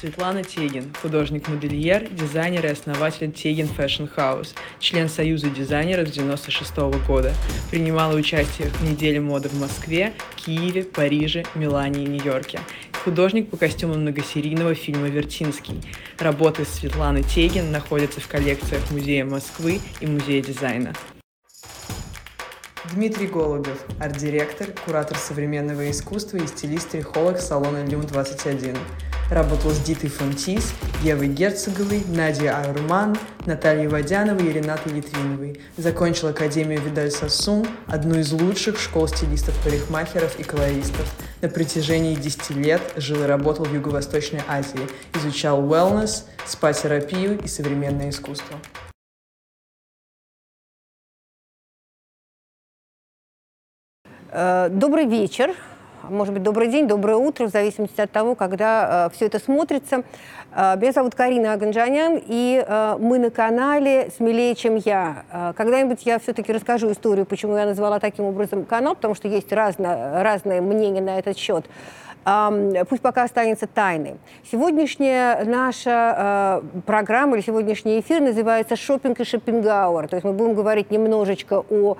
Светлана Тегин, художник-модельер, дизайнер и основатель Тегин Fashion House, член Союза дизайнеров с 1996 года. Принимала участие в неделе моды в Москве, Киеве, Париже, Милане и Нью-Йорке. Художник по костюмам многосерийного фильма «Вертинский». Работы Светланы Тегин находятся в коллекциях Музея Москвы и Музея дизайна. Дмитрий Голубев, арт-директор, куратор современного искусства и стилист-трихолог салона Люм-21. Работал с Дитой Фонтис, Евой Герцоговой, Надей Аурман, Натальей Водяновой и Ренатой Литвиновой. Закончил Академию Видаль-Сассун, одну из лучших школ стилистов-парикмахеров и колористов. На протяжении 10 лет жил и работал в Юго-Восточной Азии, изучал wellness, спа-терапию и современное искусство. Добрый вечер, может быть, добрый день, доброе утро, в зависимости от того, когда все это смотрится. Меня зовут Карина Аганджанян, и мы на канале «Смелее, чем я». Когда-нибудь я все-таки расскажу историю, почему я назвала таким образом канал, потому что есть разные мнения на этот счет. Пусть пока останется тайной. Сегодняшняя наша программа или сегодняшний эфир называется «Шопинг и шоппинг-ауэр». То есть мы будем говорить немножечко о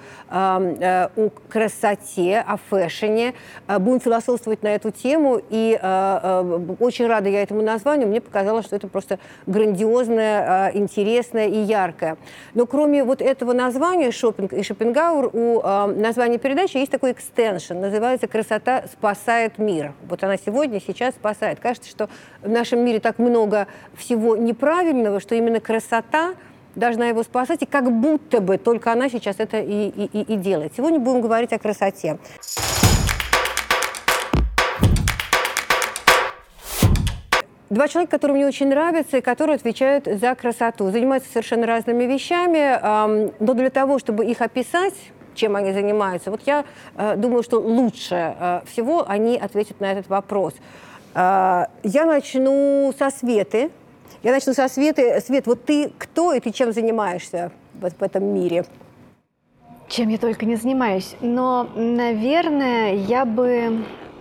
красоте, о фэшне, будем философствовать на эту тему. И очень рада я этому названию. Мне показалось, что это просто грандиозное, интересное и яркое. Но кроме вот этого названия «Шопинг и шоппинг-ауэр» у названия передачи есть такой экстеншн, называется «Красота спасает мир». Вот она сегодня, сейчас спасает. Кажется, что в нашем мире так много всего неправильного, что именно красота должна его спасать, и как будто бы только она сейчас это и делает. Сегодня будем говорить о красоте. Два человека, которые мне очень нравятся и которые отвечают за красоту, занимаются совершенно разными вещами, но для того, чтобы их описать, чем они занимаются, вот я думаю, что лучше всего они ответят на этот вопрос. Я начну со Светы. Свет, вот ты кто и ты чем занимаешься в этом мире? Чем я только не занимаюсь. Но, наверное, я бы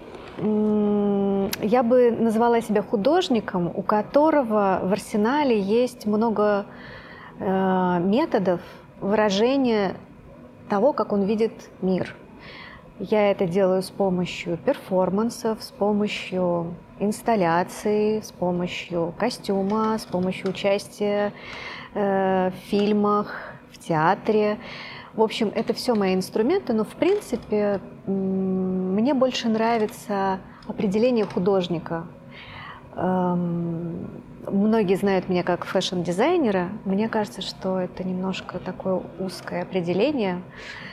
назвала себя художником, у которого в арсенале есть много методов выражения того, как он видит мир. Я это делаю с помощью перформансов, с помощью инсталляций, с помощью костюма, с помощью участия в фильмах, в театре. В общем, это все мои инструменты, но в принципе мне больше нравится определение художника. Многие знают меня как фэшн-дизайнера. Мне кажется, что это немножко такое узкое определение.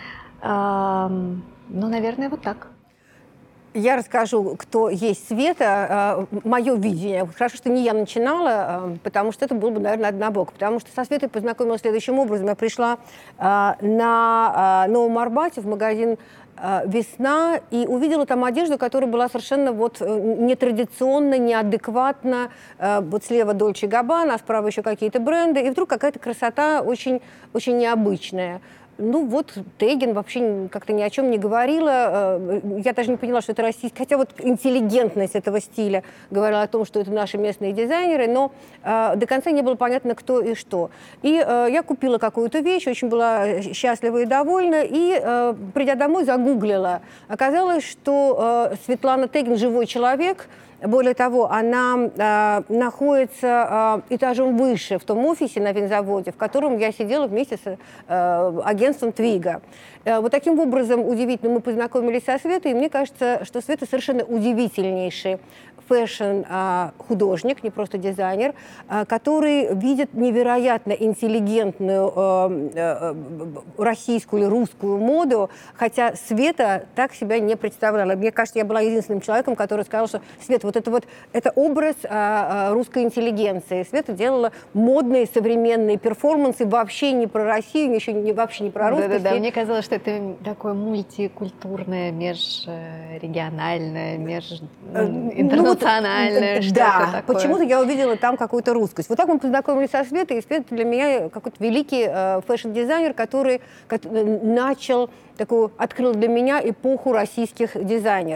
Ну, наверное, вот так. Я расскажу, кто есть Света, мое видение. Хорошо, что не я начинала, потому что это было бы, наверное, однобоко. Потому что со Светой познакомилась следующим образом. Я пришла на Новом Арбате в магазин «Весна» и увидела там одежду, которая была совершенно вот нетрадиционно, неадекватна. Вот слева Дольче и Габбана, а справа еще какие-то бренды. И вдруг какая-то красота очень, очень необычная. Ну вот Тегин вообще как-то ни о чем не говорила. Я даже не поняла, что это российский. Хотя вот интеллигентность этого стиля говорила о том, что это наши местные дизайнеры, но до конца не было понятно, кто и что. И я купила какую-то вещь, очень была счастлива и довольна, и, придя домой, загуглила. Оказалось, что Светлана Тегин живой человек. Более того, она находится этажом выше в том офисе на винзаводе, в котором я сидела вместе с агентством Твига. Вот таким образом удивительно мы познакомились со Светой, и мне кажется, что Света совершенно удивительнейший фэшн-художник, не просто дизайнер, который видит невероятно интеллигентную российскую или русскую моду, хотя Света так себя не представляла. Мне кажется, я была единственным человеком, который сказал, что Света, это образ русской интеллигенции. Света делала модные современные перформансы вообще не про Россию, вообще не про русскость. Да, мне казалось, что это такое мультикультурное, межрегиональное, интернациональное, что-то такое. Почему-то я увидела там какую-то русскость. Вот так мы познакомились со Светой, и Света для меня какой-то великий фэшн-дизайнер, который открыл для меня эпоху российских дизайнеров.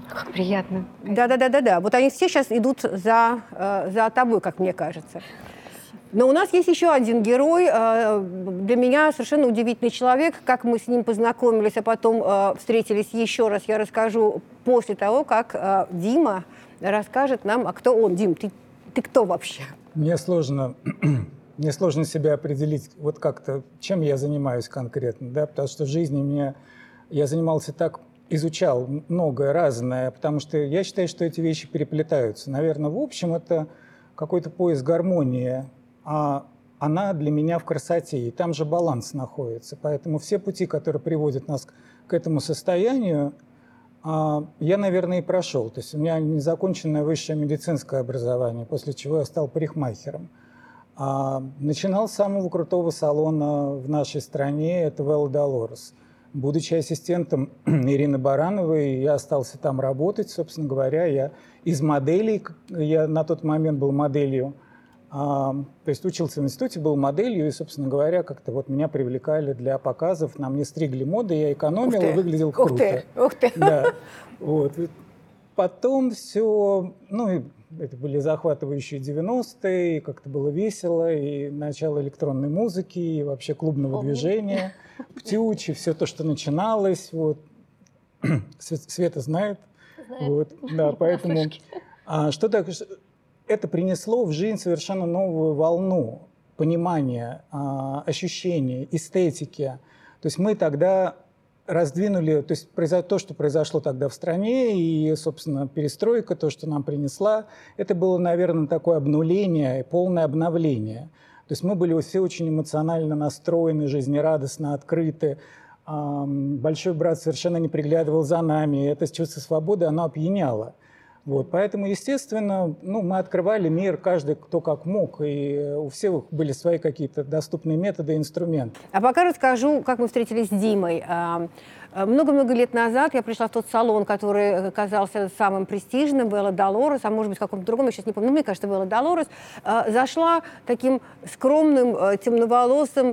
Как приятно. Да. Вот они все сейчас идут за тобой, как мне кажется. Но у нас есть еще один герой, для меня совершенно удивительный человек. Как мы с ним познакомились, а потом встретились еще раз, я расскажу после того, как Дима расскажет нам, а кто он. Дим, ты кто вообще? Мне сложно себя определить вот как-то, чем я занимаюсь конкретно, да, потому что в жизни я занимался так, изучал многое разное, потому что я считаю, что эти вещи переплетаются. Наверное, в общем, это какой-то поиск гармонии, а она для меня в красоте, и там же баланс находится. Поэтому все пути, которые приводят нас к этому состоянию, я, наверное, и прошел. То есть у меня незаконченное высшее медицинское образование, после чего я стал парикмахером. Начинал с самого крутого салона в нашей стране, это Вэлла Долорес. Будучи ассистентом Ирины Барановой, я остался там работать, собственно говоря. Я из моделей, я на тот момент был моделью, то есть учился в институте, был моделью, и, собственно говоря, как-то вот меня привлекали для показов, нам не стригли моды, я экономил и выглядел круто. Ух ты! Да, вот. Потом все, это были захватывающие 90-е, как-то было весело, и начало электронной музыки, и вообще клубного движения, птючи, все то, что начиналось, вот. Света знает. Вот, да, поэтому это принесло в жизнь совершенно новую волну понимания, ощущений, эстетики. То есть мы тогда раздвинули, то есть то, что произошло тогда в стране, и, собственно, перестройка, то, что нам принесла, это было, наверное, такое обнуление, полное обновление. То есть мы были все очень эмоционально настроены, жизнерадостно, открыты. Большой брат совершенно не приглядывал за нами. Это чувство свободы, оно опьяняло. Вот, поэтому, естественно, мы открывали мир, каждый кто как мог, и у всех были свои какие-то доступные методы и инструменты. А пока расскажу, как мы встретились с Димой. Много-много лет назад я пришла в тот салон, который казался самым престижным, Вэлла Долорес, а может быть, в каком-то другом, я сейчас не помню, мне кажется, Вэлла Долорес. Зашла таким скромным, темноволосым,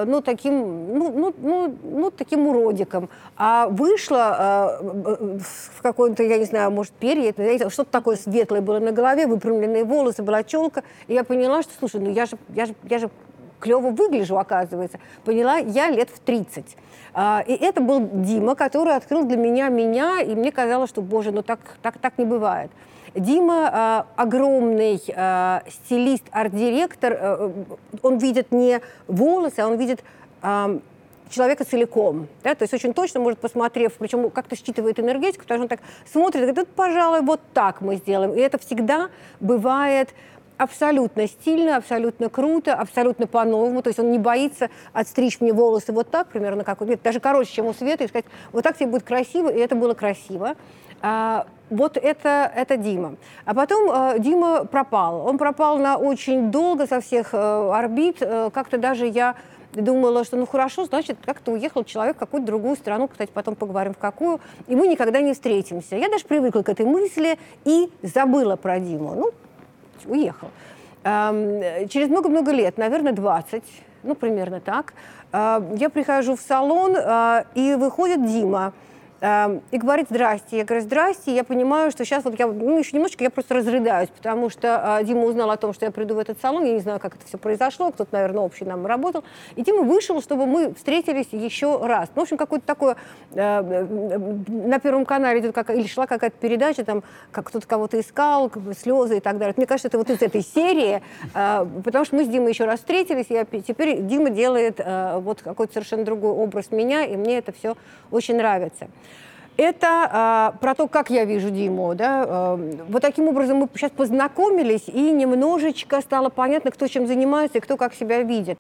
таким уродиком. А вышла в какой-то, я не знаю, может, перья, что-то такое светлое было на голове, выпрямленные волосы, была челка. И я поняла, что, слушай, я же клево выгляжу, оказывается. Поняла я лет в 30. И это был Дима, который открыл для меня, и мне казалось, что, боже, так не бывает. Дима огромный стилист, арт-директор. Он видит не волосы, а он видит человека целиком. Да? То есть очень точно может, посмотрев, причем как-то считывает энергетику, потому что он так смотрит и говорит, пожалуй, вот так мы сделаем. И это всегда бывает абсолютно стильно, абсолютно круто, абсолютно по-новому. То есть он не боится отстричь мне волосы вот так, примерно как у Светы, даже короче, чем у Светы, и сказать, вот так тебе будет красиво, и это было красиво. Вот это Дима. А потом Дима пропал. Он пропал на очень долго со всех орбит. Как-то даже я думала, что хорошо, значит, как-то уехал человек в какую-то другую страну, кстати, потом поговорим в какую, и мы никогда не встретимся. Я даже привыкла к этой мысли и забыла про Диму. Уехал. Через много-много лет, наверное, 20, примерно так, я прихожу в салон, и выходит Дима. И говорит «здрасте». Я говорю «здрасте». Я понимаю, что сейчас вот еще немножечко я просто разрыдаюсь, потому что Дима узнал о том, что я приду в этот салон. Я не знаю, как это все произошло. Кто-то, наверное, общий нам работал. И Дима вышел, чтобы мы встретились еще раз. В общем, какое-то такое... на Первом канале идет или шла какая-то передача, там, как кто-то кого-то искал, слезы и так далее. Мне кажется, это вот из этой серии, потому что мы с Димой еще раз встретились, и теперь Дима делает вот какой-то совершенно другой образ меня, и мне это все очень нравится. Это про то, как я вижу Диму. Да? Вот таким образом мы сейчас познакомились, и немножечко стало понятно, кто чем занимается и кто как себя видит.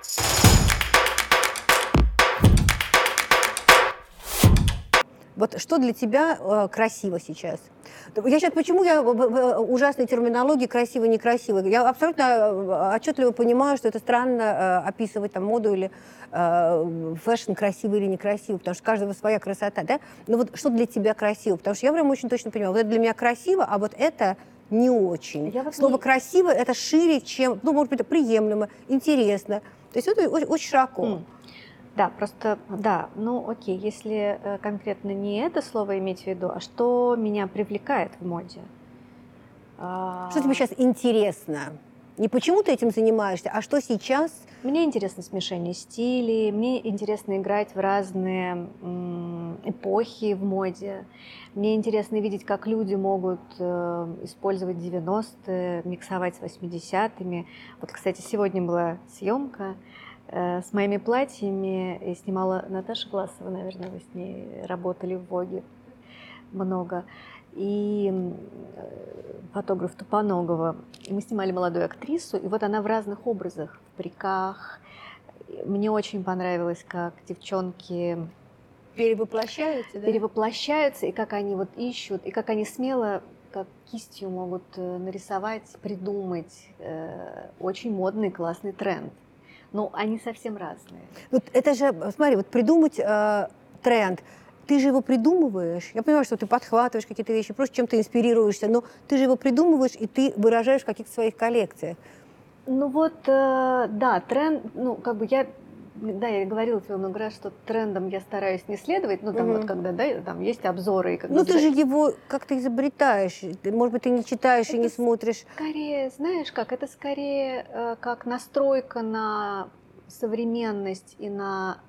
Вот что для тебя красиво сейчас? Я сейчас, почему я ужасной терминологии красиво-некрасиво? Я абсолютно отчетливо понимаю, что это странно описывать там моду или фэшн красивый или некрасивый, потому что у каждого своя красота, да? Но вот что для тебя красиво? Потому что я прям очень точно понимаю, вот это для меня красиво, а вот это не очень. Слово «красиво» — это шире, чем, может быть, приемлемо, интересно. То есть это очень широко. Да, просто, да, ну окей, если конкретно не это слово иметь в виду, а что меня привлекает в моде? Что тебе сейчас интересно? Не почему ты этим занимаешься, а что сейчас? Мне интересно смешение стилей, мне интересно играть в разные эпохи в моде. Мне интересно видеть, как люди могут использовать 90-е, миксовать с 80-ми. Вот, кстати, сегодня была съемка с моими платьями, и снимала Наташа Власова, наверное, вы с ней работали в Воге много. И фотограф Тупоногова. И мы снимали молодую актрису, и вот она в разных образах, в париках. Мне очень понравилось, как девчонки Перевоплощаются, да? перевоплощаются, и как они вот ищут, и как они смело, как кистью могут нарисовать, придумать очень модный, классный тренд. Но они совсем разные. Вот это же, смотри, вот придумать тренд. Ты же его придумываешь. Я понимаю, что ты подхватываешь какие-то вещи, просто чем-то инспирируешься, но ты же его придумываешь, и ты выражаешь в каких-то своих коллекциях. Ну вот, да, тренд, ну как бы я говорила тебе много раз, что трендом я стараюсь не следовать, ну там вот когда, да, там есть обзоры. И как Ну бы ты же его как-то изобретаешь. Может быть, ты не читаешь и не смотришь. Скорее, знаешь как, это скорее как настройка на современность и на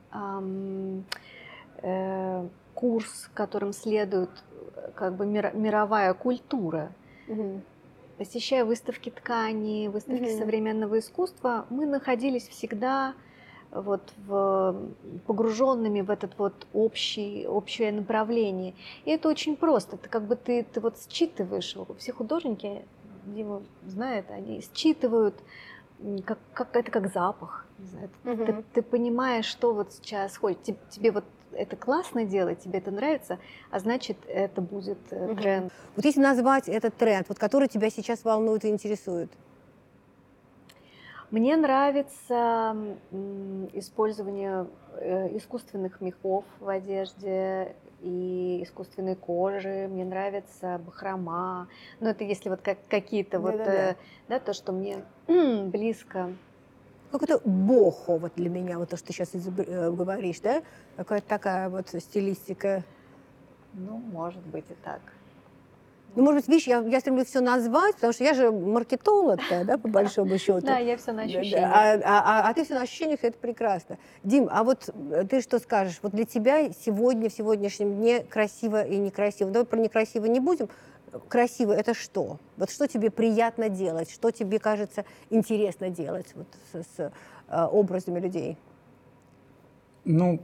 курс, которым следует как бы мировая культура. Посещая выставки ткани, выставки современного искусства, мы находились всегда вот погруженными в этот вот общее направление. И это очень просто. Это как бы ты вот считываешь его. Все художники, Дима знает, они считывают, это как запах. Не знаю, ты понимаешь, что вот сейчас ходит. Тебе вот это классно делать, тебе это нравится, а значит, это будет тренд. Вот если назвать этот тренд, вот, который тебя сейчас волнует и интересует. Мне нравится использование искусственных мехов в одежде и искусственной кожи. Мне нравится бахрома. Но это если вот какие-то вот, да, то, что мне близко. Какой-то бохо вот для меня, вот то, что ты сейчас говоришь, да? Какая-то такая вот стилистика. Ну, может быть и так. Ну, может быть, видишь, я стремлюсь все назвать, потому что я же маркетолог, да, по большому счету. Да, я все на ощущениях. А ты все на ощущениях, это прекрасно. Дим, а вот ты что скажешь? Вот для тебя сегодня, в сегодняшнем дне красиво и некрасиво. Давай про некрасиво не будем. Красиво – это что? Вот что тебе приятно делать? Что тебе кажется интересно делать вот с образами людей? Ну,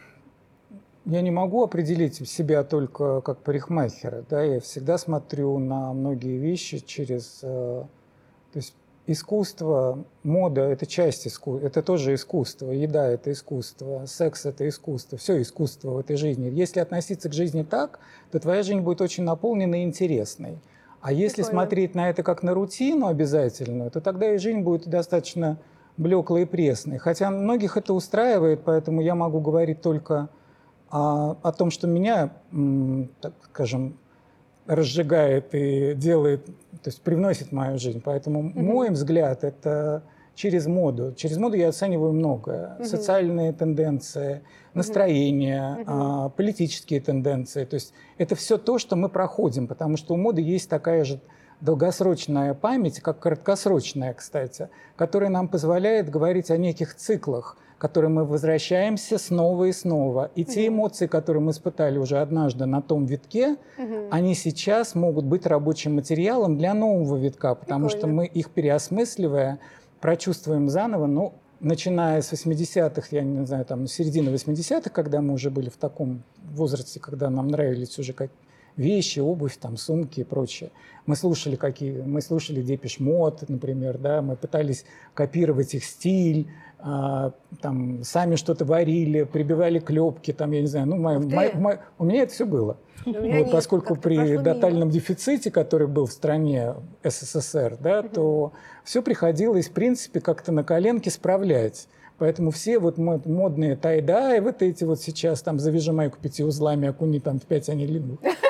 я не могу определить себя только как парикмахера. Да? Я всегда смотрю на многие вещи через… То есть искусство, мода – это часть искусства, это тоже искусство. Еда – это искусство, секс – это искусство. Все искусство в этой жизни. Если относиться к жизни так, то твоя жизнь будет очень наполненной и интересной. А если смотреть на это как на рутину обязательную, то тогда и жизнь будет достаточно блеклой и пресной. Хотя многих это устраивает, поэтому я могу говорить только о том, что меня, так скажем, разжигает и делает, то есть привносит в мою жизнь. Поэтому мой взгляд – это через моду. Через моду я оцениваю многое. Социальные тенденции, настроения, политические тенденции. То есть это все то, что мы проходим, потому что у моды есть такая же долгосрочная память, как краткосрочная, кстати, которая нам позволяет говорить о неких циклах, к которым мы возвращаемся снова и снова. И те эмоции, которые мы испытали уже однажды на том витке, они сейчас могут быть рабочим материалом для нового витка, потому что мы их, переосмысливая, прочувствуем заново, ну, начиная с 80-х, я не знаю, там, середины 80-х, когда мы уже были в таком возрасте, когда нам нравились уже вещи, обувь, там, сумки и прочее. Мы слушали Депеш Мод, например, да, мы пытались копировать их стиль, там, сами что-то варили, прибивали клепки, там, я не знаю, ну, у меня это все было. Вот, поскольку при тотальном дефиците, который был в стране СССР, да, то все приходилось, в принципе, как-то на коленке справлять. Поэтому все вот модные тай-дай, вот эти вот сейчас, там, завяжи майку 5 узлами, окуни там в 5 анилин.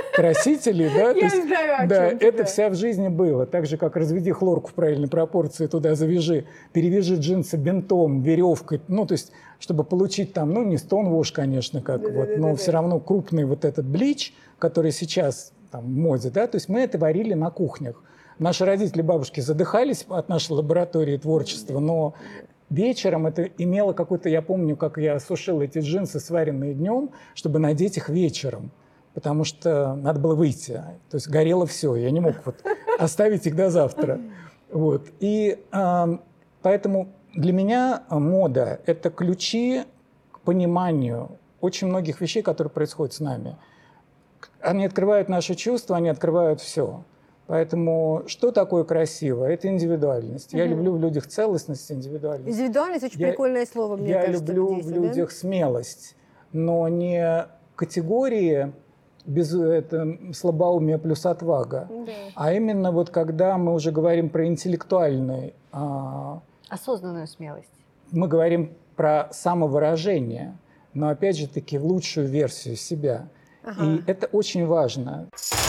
красителей, да, Я знаю, о да, чем ты, это да. вся в жизни было. Так же, как разведи хлорку в правильной пропорции, туда завяжи, перевяжи джинсы бинтом, веревкой, ну, то есть, чтобы получить там, ну, не стоунвош, конечно, как вот, но все равно крупный вот этот блич, который сейчас там в моде, да, то есть мы это варили на кухнях. Наши родители, бабушки задыхались от нашей лаборатории творчества, но вечером это имело какой-то, я помню, как я сушил эти джинсы, сваренные днем, чтобы надеть их вечером, потому что надо было выйти. То есть горело все, я не мог вот оставить их до завтра. Вот. И поэтому для меня мода – это ключи к пониманию очень многих вещей, которые происходят с нами. Они открывают наши чувства, они открывают все. Поэтому что такое красиво? Это индивидуальность. Я люблю в людях целостность, индивидуальность. Индивидуальность очень прикольное слово, мне Я кажется. люблю здесь, в людях смелость, но не категории без слабоумия плюс отвага, а именно вот когда мы уже говорим про интеллектуальный, Осознанную смелость. мы говорим про самовыражение, но опять же таки в лучшую версию себя. И это очень важно.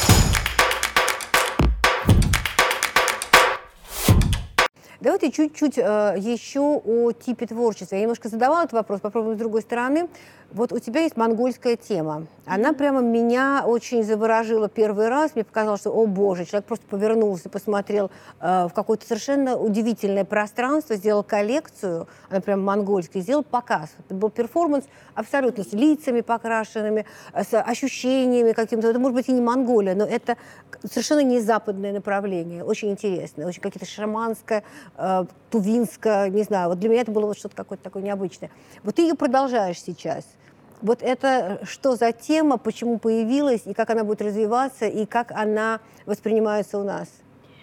Давайте чуть-чуть еще о типе творчества. Я немножко задавала этот вопрос, попробуем с другой стороны. Вот у тебя есть монгольская тема. Она прямо меня очень заворожила первый раз. Мне показалось, что, о боже, человек просто повернулся, посмотрел в какое-то совершенно удивительное пространство, сделал коллекцию, она прям монгольская, сделал показ. Это был перформанс абсолютно с лицами покрашенными, с ощущениями каким-то. Это может быть и не Монголия, но это совершенно не западное направление. Очень интересное, очень какие-то шаманское, тувинское, не знаю. Вот для меня это было вот что-то какое-то такое необычное. Вот ты ее продолжаешь сейчас. Вот это что за тема, почему появилась, и как она будет развиваться, и как она воспринимается у нас?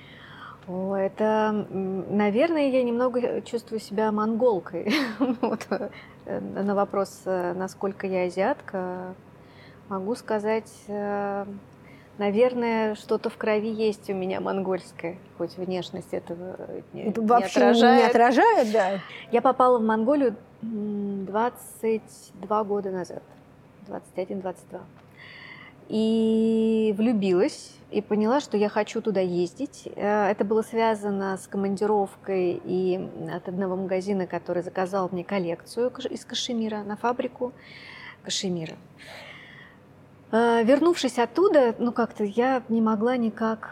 Это, наверное, я немного чувствую себя монголкой. Вот, на вопрос, насколько я азиатка, могу сказать, наверное, что-то в крови есть у меня монгольское, хоть внешность этого Вообще не отражает, да? Я попала в Монголию 22 года назад, 21-22. И влюбилась, и поняла, что я хочу туда ездить. Это было связано с командировкой и от одного магазина, который заказал мне коллекцию из кашемира на фабрику кашемира. Вернувшись оттуда, ну как-то я не могла никак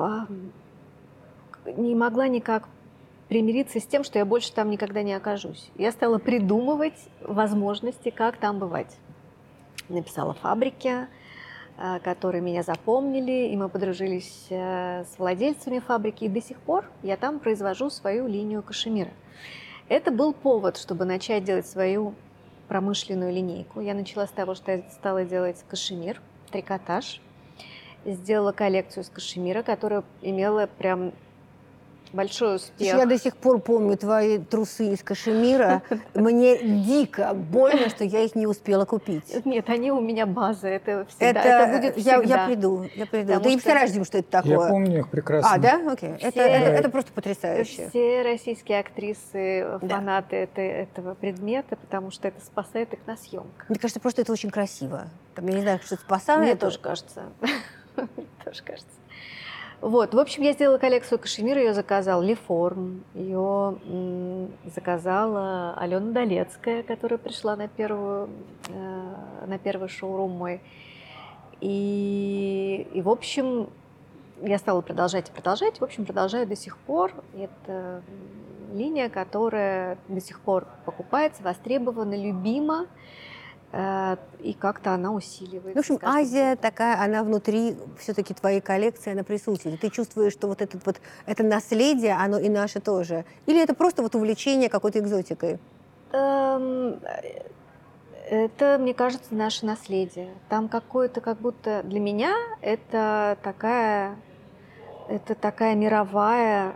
примириться с тем, что я больше там никогда не окажусь. Я стала придумывать возможности, как там бывать. Написала фабрике, которые меня запомнили, и мы подружились с владельцами фабрики, и до сих пор я там произвожу свою линию кашемира. Это был повод, чтобы начать делать свою промышленную линейку. Я начала с того, что я стала делать кашемир, трикотаж. Сделала коллекцию из кашемира, которая имела прям большой успех. Я до сих пор помню твои трусы из кашемира. Мне дико больно, что я их не успела купить. Нет, они у меня база. Это всегда. Это будет всегда. Я приду. Ты не представляешь, Дим, что это такое? Я помню их прекрасно. Да? Окей. Это просто потрясающе. Все российские актрисы, фанаты этого предмета, потому что это спасает их на съемках. Мне кажется, просто это очень красиво. Я не знаю, что это спасает. Мне тоже кажется. Тоже кажется. Вот, в общем, я сделала коллекцию кашемира, ее заказал Леформ, ее заказала Алена Долецкая, которая пришла на первый шоурум мой. И в общем, я стала продолжать, в общем, продолжаю до сих пор. Это линия, которая до сих пор покупается, востребована, любима. И как-то она усиливается. В общем, Азия такая, она внутри все-таки твоей коллекции, она присутствует. Ты чувствуешь, что вот это наследие, оно и наше тоже? Или это просто вот увлечение какой-то экзотикой? Это, мне кажется, наше наследие. Там какое-то, как будто для меня это такая мировая,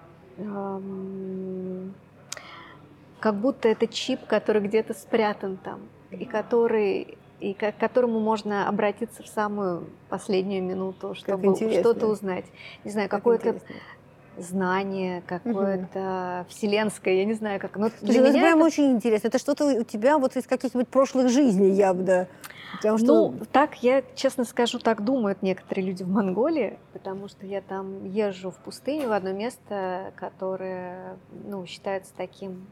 как будто это чип, который где-то спрятан там. И к которому можно обратиться в самую последнюю минуту, чтобы что-то узнать. Не знаю, какое-то знание какое-то вселенское, я не знаю как. Но Слушай, это прям очень интересно. Это что-то у тебя вот из каких-нибудь прошлых жизней явно. Потому что... Ну, так, я честно скажу, так думают некоторые люди в Монголии, потому что я там езжу в пустыню в одно место, которое, ну, считается таким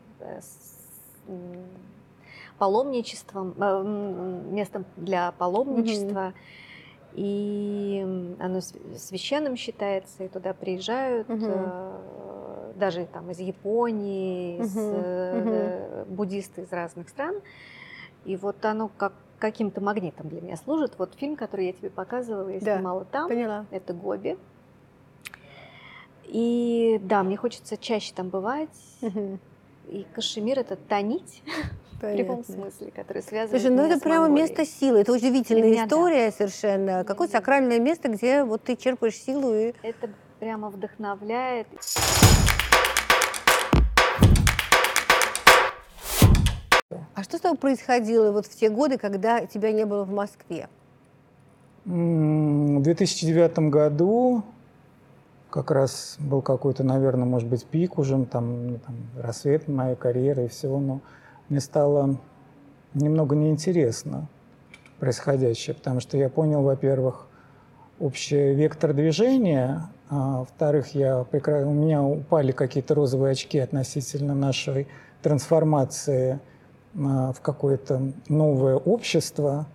паломничеством, местом для паломничества. И оно священным считается, и туда приезжают даже там из Японии, буддисты из разных стран. И вот оно как каким-то магнитом для меня служит. Вот фильм, который я тебе показывала, я снимала там. Поняла. Это Гоби. И да, мне хочется чаще там бывать. И Кашемир — это та нить, в прямом смысле, которая связывает Слушай, ну меня это с прямо Монголией. место силы. Это удивительная Для меня, история совершенно. Какое сакральное место, где вот ты черпаешь силу и... Это прямо вдохновляет. А что с тобой происходило вот в те годы, когда тебя не было в Москве? В 2009 году как раз был какой-то, наверное, может быть, пик уже, там рассвет моей карьеры и всего, но мне стало немного неинтересно происходящее, потому что я понял, во-первых, общий вектор движения, а во-вторых, у меня упали какие-то розовые очки относительно нашей трансформации в какое-то новое общество.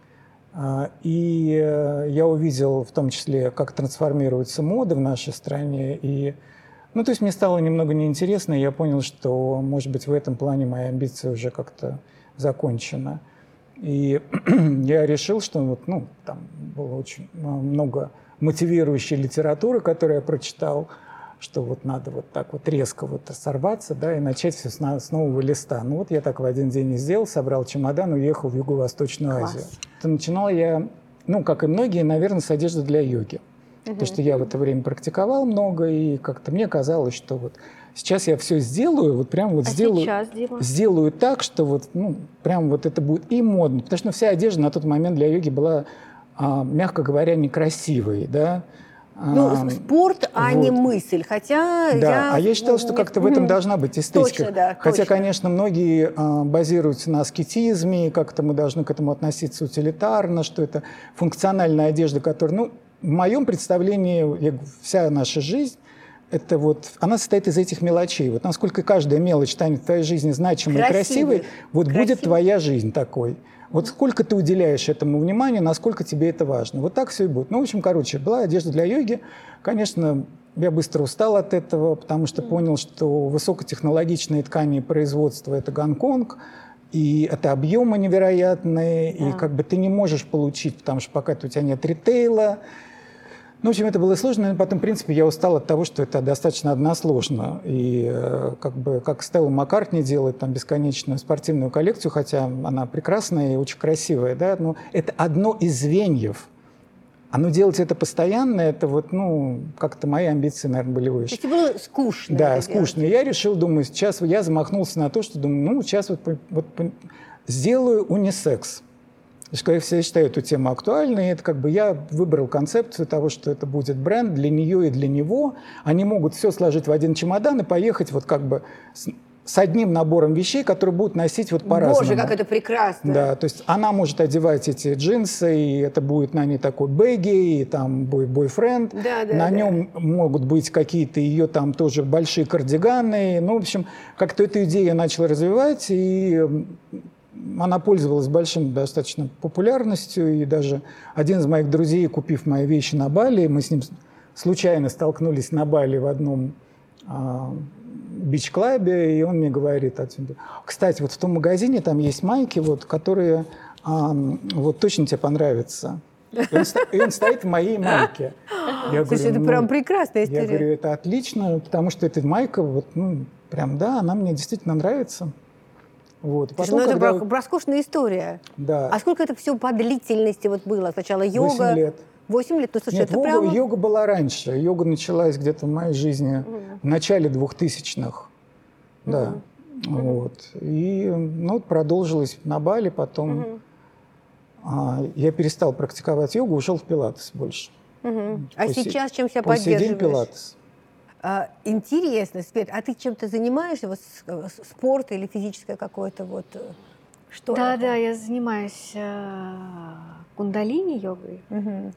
И я увидел в том числе, как трансформируется мода в нашей стране. И, ну, то есть мне стало немного неинтересно, и я понял, что, может быть, в этом плане моя амбиция уже как-то закончена. И я решил, что вот, ну, там было очень много мотивирующей литературы, которую я прочитал, что вот надо вот так вот резко вот сорваться, да, и начать все с нового листа. Ну вот я так в один день и сделал, собрал чемодан, уехал в Юго-Восточную Азию. Это начинал я, ну, как и многие, наверное, с одежды для йоги. Потому что я в это время практиковал много, и как-то мне казалось, что вот сейчас я все сделаю, вот прям вот сделаю так, что вот, ну, прям вот это будет и модно. Потому что вся одежда на тот момент для йоги была, мягко говоря, некрасивой, да. Ну, спорт, а не мысль. Хотя да, я считал, что как-то в этом должна быть эстетика. Точно, да, хотя, точно. Конечно, многие базируются на аскетизме, как-то мы должны к этому относиться утилитарно, что это функциональная одежда, которая, ну, в моем представлении, вся наша жизнь, это вот, она состоит из этих мелочей. Вот насколько каждая мелочь станет в твоей жизни значимой и красивой, вот будет твоя жизнь такой. Вот сколько ты уделяешь этому внимания, насколько тебе это важно. Вот так все и будет. Ну, в общем, короче, была одежда для йоги. Конечно, я быстро устал от этого, потому что понял, что высокотехнологичные ткани производства – это Гонконг, и это объемы невероятные, и как бы ты не можешь получить, потому что пока у тебя нет ритейла. Ну, в общем, это было сложно, но потом, в принципе, я устал от того, что это достаточно односложно. И как бы, как Стелла Маккартни делает там бесконечную спортивную коллекцию, хотя она прекрасная и очень красивая, да, но это одно из звеньев. Но делать это постоянно, это вот, ну, как-то мои амбиции, наверное, были выше. То есть было скучно. Да, скучно. И я решил, думаю, сейчас я замахнулся на то, что думаю, ну, сейчас вот сделаю унисекс. Я всегда считаю эту тему актуальной. И это как бы я выбрал концепцию того, что это будет бренд для нее и для него. Они могут все сложить в один чемодан и поехать вот как бы с одним набором вещей, которые будут носить вот по-разному. Боже, как это прекрасно. Да, то есть она может одевать эти джинсы, и это будет на ней такой бэгги, и там бойфренд. На нем могут быть какие-то ее там тоже большие кардиганы. Ну, в общем, как-то эту идею я начал развивать, и она пользовалась большим достаточно популярностью, и даже один из моих друзей, купив мои вещи на Бали, мы с ним случайно столкнулись на Бали в одном бич-клабе, и он мне говорит: кстати, вот в том магазине там есть майки, вот, которые вот точно тебе понравятся. И он стоит в моей майке. Я Слушай, говорю, это прям прекрасная история. Я говорю, это отлично, потому что эта майка, вот, ну, прям, да, она мне действительно нравится. Вот. Потом, ну, это роскошная история. Да. А сколько это все по длительности вот было? Сначала йога. 8 лет. 8 лет? Ну, слушай, нет, это прямо... йога была раньше. Йога началась где-то в моей жизни в начале 2000-х. Да. Вот. И ну, продолжилось на Бали, потом я перестал практиковать йогу, ушел в пилатес больше. А сейчас чем себя по сей поддерживаешь? день пилатес. Интересно, Свет, а ты чем-то занимаешься, вот спорт или физическое какое-то вот, что Да, это? да, я занимаюсь кундалини-йогой. Мгм.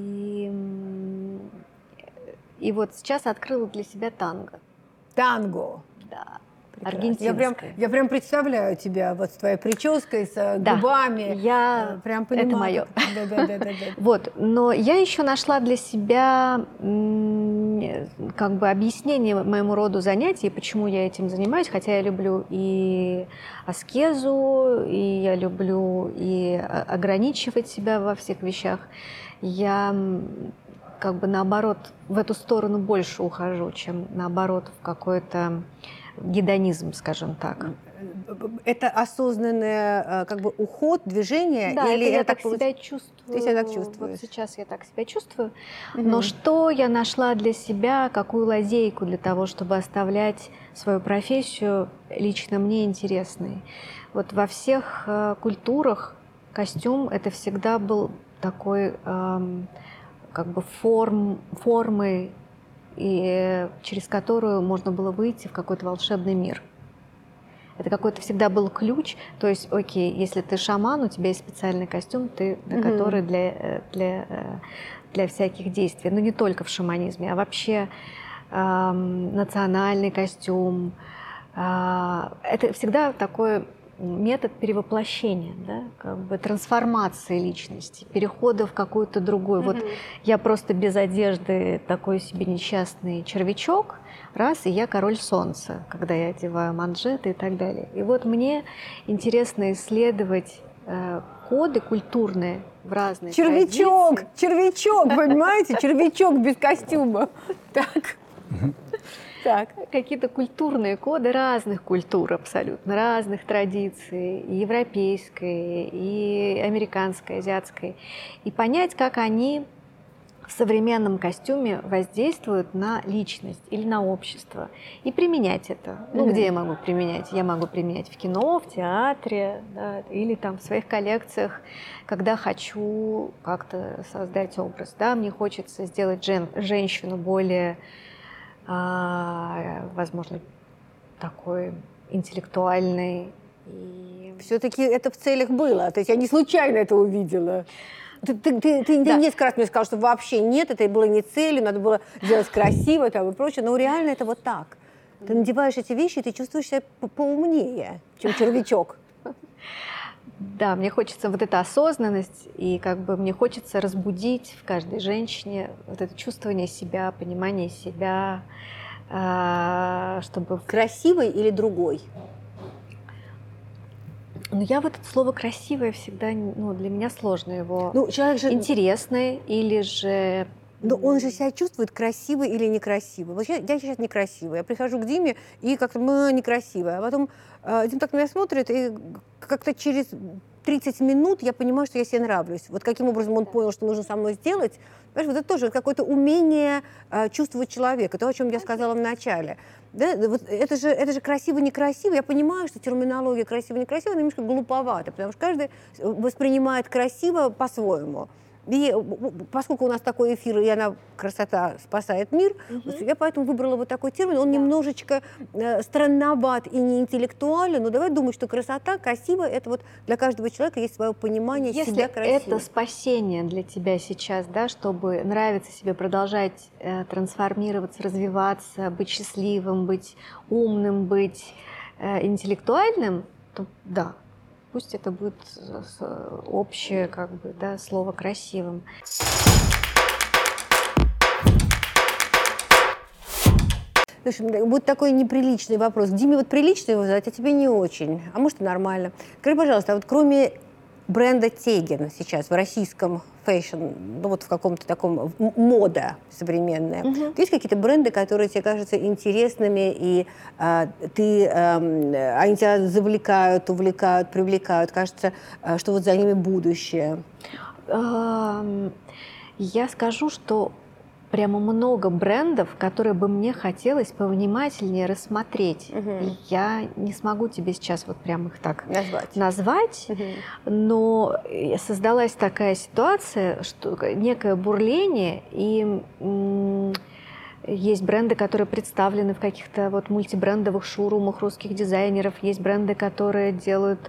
И вот сейчас открыла для себя танго. Танго. Да, Прекрасно. аргентинское. Я прям представляю тебя вот с твоей прической, с Да, губами. я... Прям понимаю. это моё. Да. Вот, но я еще нашла для себя как бы объяснение моему роду занятий, почему я этим занимаюсь, хотя я люблю и аскезу, и я люблю и ограничивать себя во всех вещах. Я как бы наоборот в эту сторону больше ухожу, чем наоборот в какой-то гедонизм, скажем так. Это осознанный как бы уход, движение? Да, или это я это так себя чувствую. Ты себя так чувствуешь? Вот сейчас я так себя чувствую. Но что я нашла для себя, какую лазейку для того, чтобы оставлять свою профессию лично мне интересной? Вот во всех культурах костюм это всегда был такой как бы формой, и через которую можно было выйти в какой-то волшебный мир. Это какой-то всегда был ключ. То есть, окей, если ты шаман, у тебя есть специальный костюм, который для всяких действий. Но не только в шаманизме, а вообще национальный костюм. Это всегда такой метод перевоплощения, да, как бы трансформации личности, перехода в какую-то другую. Вот я просто без одежды такой себе несчастный червячок, раз, и я король солнца, когда я одеваю манжеты и так далее. И вот мне интересно исследовать коды культурные в разные Червячок, традиции. червячок, понимаете? Червячок без костюма. Так. Какие-то культурные коды разных культур абсолютно, разных традиций, и европейской, и американской, азиатской. И понять, как они в современном костюме воздействуют на личность или на общество. И применять это. Ну, где я могу применять? Я могу применять в кино, в театре, да, или там в своих коллекциях, когда хочу как-то создать образ. Да, мне хочется сделать женщину более, возможно, такой интеллектуальной. Все-таки это в целях было. То есть я не случайно это увидела. Ты несколько раз мне сказал, что вообще нет, это было не целью, надо было сделать красиво там, и прочее, но реально это вот так. Ты надеваешь эти вещи, и ты чувствуешь себя поумнее, чем червячок. Да, мне хочется вот эта осознанность, и как бы мне хочется разбудить в каждой женщине вот это чувствование себя, понимание себя, чтобы... Красивый или другой? Но я вот это слово «красивое» всегда, ну, для меня сложно его... Ну, человек же... Интересный или же... Но он же себя чувствует красивый или некрасивый. Вот я сейчас некрасивая. Я прихожу к Диме и как-то некрасивая. А потом Дима так на меня смотрит, и как-то через 30 минут я понимаю, что я себе нравлюсь. Вот каким образом он понял, что нужно со мной сделать. Понимаешь, вот это тоже какое-то умение чувствовать человека. То, о чем я сказала в начале. Да? Вот это же красиво-некрасиво. Я понимаю, что терминология красиво-некрасиво немножко глуповата, потому что каждый воспринимает красиво по-своему. И поскольку у нас такой эфир, и она, красота спасает мир, я поэтому выбрала вот такой термин. Он немножечко странноват и не интеллектуален, но давай думать, что красота, красиво, это вот для каждого человека есть свое понимание себя красиво. Если это спасение для тебя сейчас, да, чтобы нравиться себе, продолжать трансформироваться, развиваться, быть счастливым, быть умным, быть интеллектуальным, то да. Пусть это будет общее, как бы, да, слово красивым. Слушай, будет такой неприличный вопрос. Диме вот прилично его задать, а тебе не очень. А может и нормально. Скажи, пожалуйста, вот кроме бренда Теген сейчас в российском фэшн, ну вот в каком-то таком мода современная, есть какие-то бренды, которые тебе кажутся интересными, и они тебя завлекают, увлекают, привлекают, кажется, что вот за ними будущее? Я скажу, что прямо много брендов, которые бы мне хотелось повнимательнее рассмотреть. Я не смогу тебе сейчас вот прям их так назвать, но создалась такая ситуация, что некое бурление, и Есть бренды, которые представлены в каких-то вот мультибрендовых шоурумах русских дизайнеров. Есть бренды, которые делают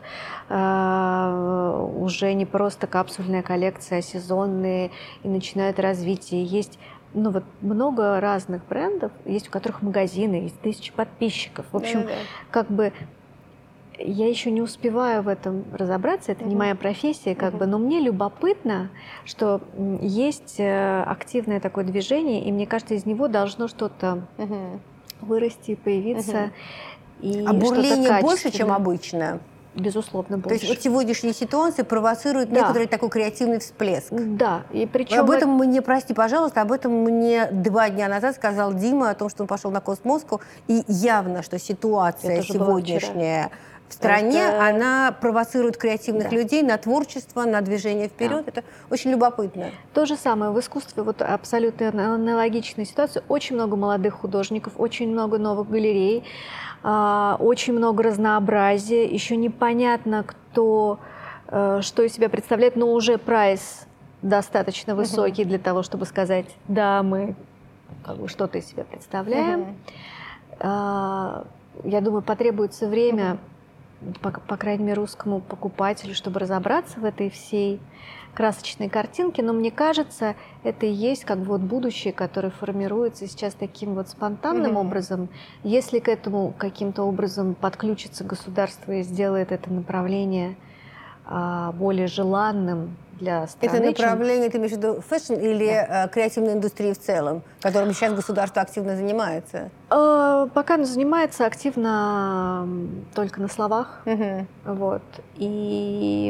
уже не просто капсульная коллекция, а сезонные и начинают развитие. Есть вот много разных брендов, есть у которых магазины, есть 1000 подписчиков. В общем, как бы я еще не успеваю в этом разобраться, это не моя профессия, но мне любопытно, что есть активное такое движение, и мне кажется, из него должно что-то вырасти, появиться. И а бурление что-то больше, чем обычно? Безусловно, больше. То есть вот сегодняшняя ситуация провоцирует некоторый такой креативный всплеск. Да, и причем... Об этом мне, прости, пожалуйста, об этом мне 2 дня назад сказал Дима, о том, что он пошел на Космоску, и явно, что ситуация сегодняшняя в стране, она провоцирует креативных людей на творчество, на движение вперед. Это очень любопытно. То же самое в искусстве, вот абсолютно аналогичная ситуация. Очень много молодых художников, очень много новых галерей, очень много разнообразия. Еще непонятно, кто что из себя представляет, но уже прайс достаточно высокий для того, чтобы сказать, да, мы что-то из себя представляем. Я думаю, потребуется время, по крайней мере, русскому покупателю, чтобы разобраться в этой всей красочной картинке, но мне кажется, это и есть будущее, которое формируется сейчас таким вот спонтанным образом. Если к этому каким-то образом подключится государство и сделает это направление более желанным для страны. Это направление, ты имеешь в виду фэшн или креативной индустрии в целом, которым сейчас государство активно занимается? Пока оно занимается активно только на словах. Вот. И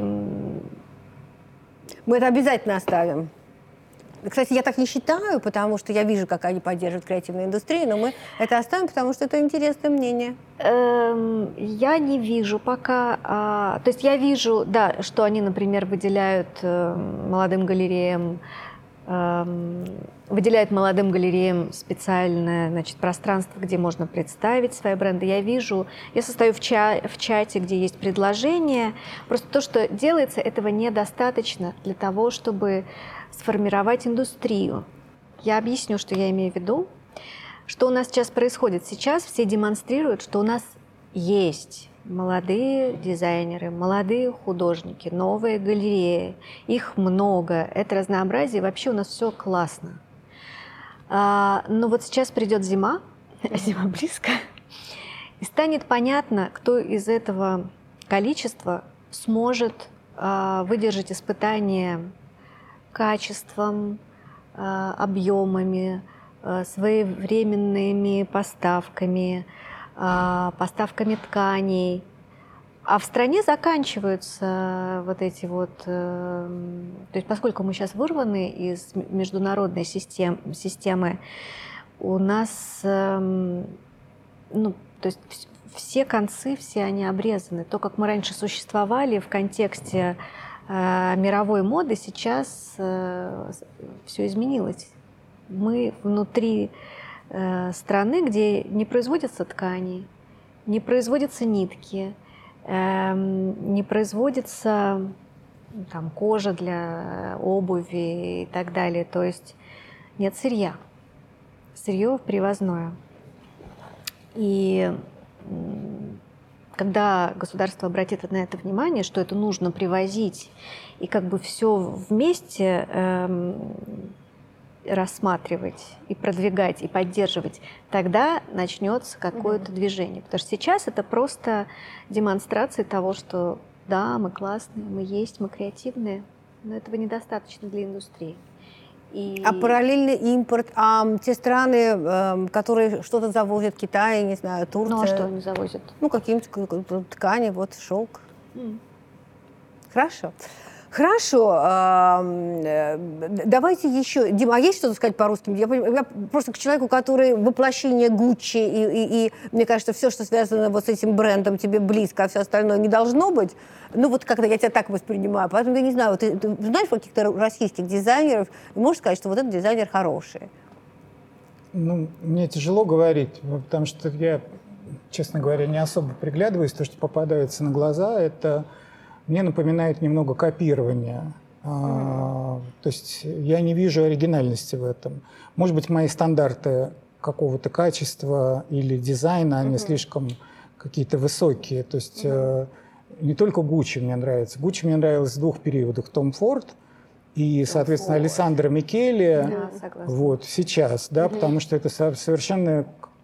мы это обязательно оставим. Кстати, я так не считаю, потому что я вижу, как они поддерживают креативную индустрию, но мы это оставим, потому что это интересное мнение. Я не вижу пока. То есть я вижу, да, что они, например, выделяют молодым галереям специальное, пространство, где можно представить свои бренды. Я состою в чате, где есть предложения. Просто то, что делается, этого недостаточно для того, чтобы сформировать индустрию. Я объясню, что я имею в виду. Что у нас сейчас происходит? Сейчас все демонстрируют, что у нас есть молодые дизайнеры, молодые художники, новые галереи. Их много. Это разнообразие. Вообще у нас все классно. Но вот сейчас придет зима, зима близко, и станет понятно, кто из этого количества сможет выдержать испытание качеством, объемами, своевременными поставками, поставками тканей. А в стране заканчиваются вот эти вот... То есть поскольку мы сейчас вырваны из международной системы, у нас... то есть все концы, все они обрезаны. То, как мы раньше существовали в контексте мировой моды, сейчас все изменилось. Мы внутри страны, где не производятся ткани, не производятся нитки, не производится кожа для обуви и так далее. То есть нет сырья. Сырье привозное. И когда государство обратит на это внимание, что это нужно привозить и все вместе рассматривать и продвигать и поддерживать, тогда начнется какое-то движение. Потому что сейчас это просто демонстрация того, что да, мы классные, мы есть, мы креативные, но этого недостаточно для индустрии. А параллельный импорт, те страны, которые что-то завозят, Китай, не знаю, Турция. Ну а что они завозят? Какие-то ткани, шелк. Хорошо. Давайте еще. Дима, а есть что-то сказать по-русски? Я просто к человеку, который воплощение Гуччи, и мне кажется, все, что связано с этим брендом, тебе близко, а все остальное не должно быть. Как-то я тебя так воспринимаю. Поэтому я не знаю, ты знаешь каких-то российских дизайнеров, и можешь сказать, что этот дизайнер хороший? Мне тяжело говорить, потому что я, честно говоря, не особо приглядываюсь. То, что попадается на глаза, это мне напоминает немного копирование. То есть я не вижу оригинальности в этом. Может быть, мои стандарты какого-то качества или дизайна, они слишком какие-то высокие. То есть не только Гуччи мне нравится. Гуччи мне нравилось в двух периодах. Том Форд и, соответственно, Алессандро Микеле. Да, согласна. Вот, сейчас, да, потому что это совершенно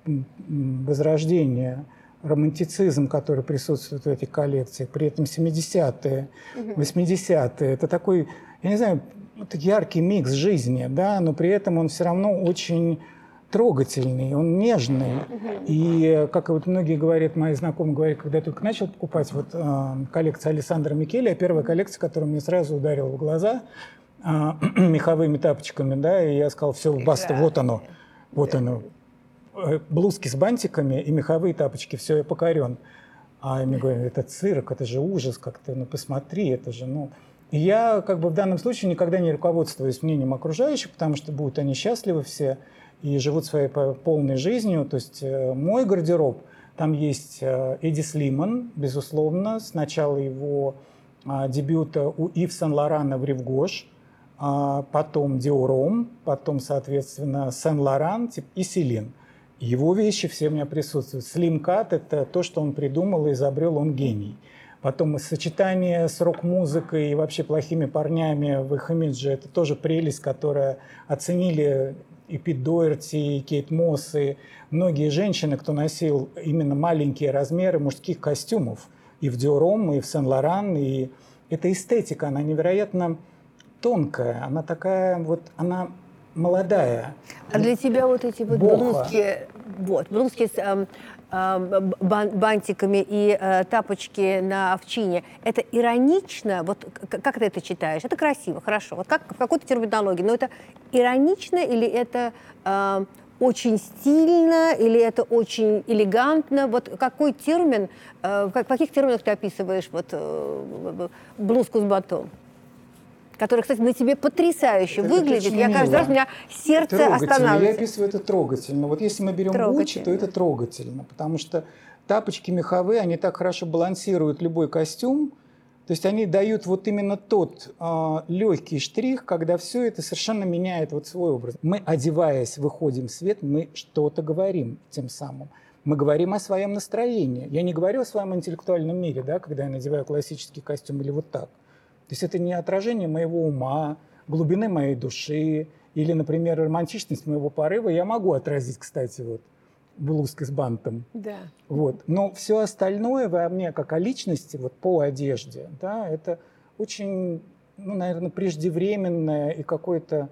возрождение, романтицизм, который присутствует в этих коллекциях. При этом 70-е, 80-е. Это такой, я не знаю, это яркий микс жизни, да, но при этом он все равно очень трогательный, он нежный. И, как вот многие говорят, мои знакомые говорят, когда я только начал покупать вот, коллекцию Алессандро Микеле, первая коллекция, которая мне сразу ударила в глаза, меховыми тапочками, да, и я сказал, все, баста, вот оно, вот оно. Блузки с бантиками и меховые тапочки, все, я покорен. А мне говорят, это цирк, это же ужас как-то, ну посмотри, это же, ну... И я как бы в данном случае никогда не руководствуюсь мнением окружающих, потому что будут они счастливы все и живут своей полной жизнью. То есть мой гардероб, там есть Эдди Слиман, безусловно, с начала его дебюта у Ив Сен-Лорана в Ривгош, потом Диором, потом, соответственно, Сен-Лоран и Селин. Его вещи все у меня присутствуют. Слим-кат – это то, что он придумал и изобрел, он гений. Потом сочетание с рок-музыкой и вообще плохими парнями в их имидже – это тоже прелесть, которую оценили и Пит Доерти, и Кейт Мосс, и многие женщины, кто носил именно маленькие размеры мужских костюмов и в Диором, и в Сен-Лоран. И эта эстетика, она невероятно тонкая, она такая вот, она молодая. А для тебя вот эти вот блузки с бантиками и тапочки на овчине, это иронично? Вот как ты это читаешь? Это красиво, хорошо. Вот как в какой-то терминологии, но это иронично или это очень стильно, или это очень элегантно? Вот какой термин, в каких терминах ты описываешь вот блузку с батом? Который, кстати, на тебе потрясающе выглядит. Я каждый раз, у меня сердце останавливается. Я описываю это трогательно. Вот если мы берем Гуччи, то это трогательно, потому что тапочки меховые, они так хорошо балансируют любой костюм, то есть они дают вот именно тот легкий штрих, когда все это совершенно меняет вот свой образ. Мы, одеваясь, выходим в свет, мы что-то говорим тем самым. Мы говорим о своем настроении. Я не говорю о своем интеллектуальном мире, да, когда я надеваю классический костюм или вот так. То есть это не отражение моего ума, глубины моей души или, например, романтичность моего порыва. Я могу отразить, кстати, вот блузкой с бантом. Да. Вот. Но все остальное во мне, как о личности, вот по одежде, да, это очень, ну, наверное, преждевременное и какое-то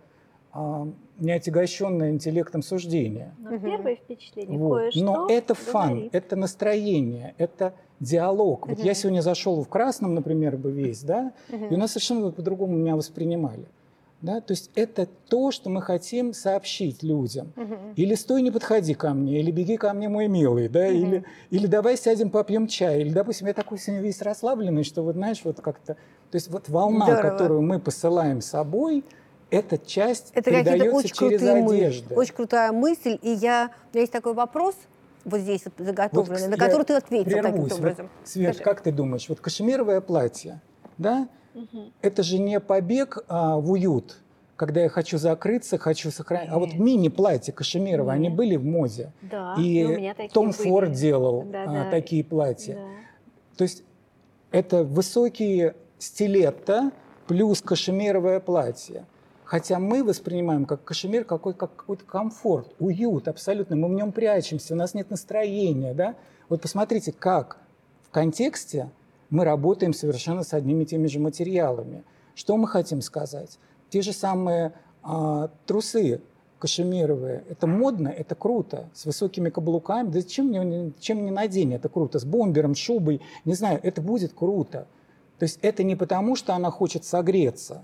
неотягощенное интеллектом суждение. Но первое впечатление Вот. кое-что Но это фан, говорит. это настроение, это диалог. Вот я сегодня зашел в красном, например, бы весь, да, и у нас совершенно по-другому меня воспринимали. Да? То есть это то, что мы хотим сообщить людям. Или «стой, не подходи ко мне», или «беги ко мне, мой милый», да? Или «давай сядем, попьем чай», или, допустим, я такой сегодня весь расслабленный, что, вот, знаешь, вот как-то... То есть вот волна, Здорово. которую мы посылаем собой, эта часть Это какие-то передается очень через крутые одежду. мысли. Очень крутая мысль. И у меня есть такой вопрос, вот здесь вот заготовленный, на который ты ответил таким образом. Вот, Свет, как ты думаешь, вот кашемировое платье, да, это же не побег в уют, когда я хочу закрыться, хочу сохранить. А вот мини-платья кашемировые, они были в моде. Да, и у меня такие Том были. Форд делал Да. такие платья. Да. То есть это высокие стилетто плюс кашемировое платье. Хотя мы воспринимаем как кашемир какой-то комфорт, уют абсолютно. Мы в нем прячемся, у нас нет настроения. Да? Вот посмотрите, как в контексте мы работаем совершенно с одними и теми же материалами. Что мы хотим сказать? Те же самые трусы кашемировые. Это модно, это круто. С высокими каблуками. Да чем не надень, это круто. С бомбером, шубой. Не знаю, это будет круто. То есть это не потому, что она хочет согреться.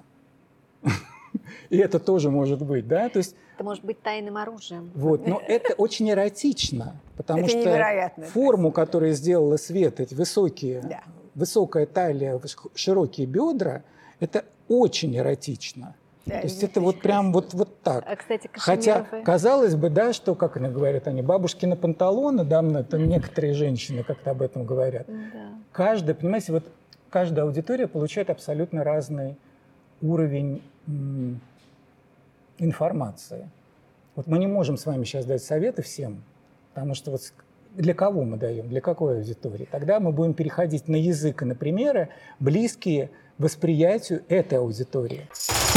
И это тоже может быть, да? То есть, Это может быть тайным оружием. вот, но это очень эротично, потому Это что невероятно форму, которую сделала Света, эти высокие, Да. высокая талия, широкие бедра, это очень эротично. Да, То есть это вот прям вот так. А, кстати, Хотя, кашемировые. казалось бы, да, что, как они говорят, они бабушкины панталоны, да, это некоторые женщины как-то об этом говорят. Да. Каждая, понимаете, вот каждая аудитория получает абсолютно разный уровень информации. Вот мы не можем с вами сейчас дать советы всем, потому что вот для кого мы даем, для какой аудитории. Тогда мы будем переходить на язык и на примеры, близкие восприятию этой аудитории.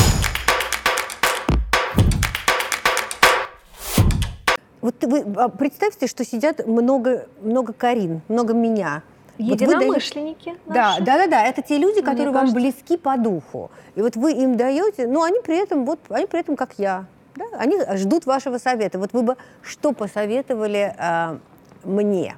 Вот вы представьте, что сидят много Карин, много меня. Единомышленники наши. Да. Это те люди, Мне которые вам кажется. близки по духу. И вот вы им даете, но они при этом как я. Да? Они ждут вашего совета. Вот вы бы что посоветовали мне?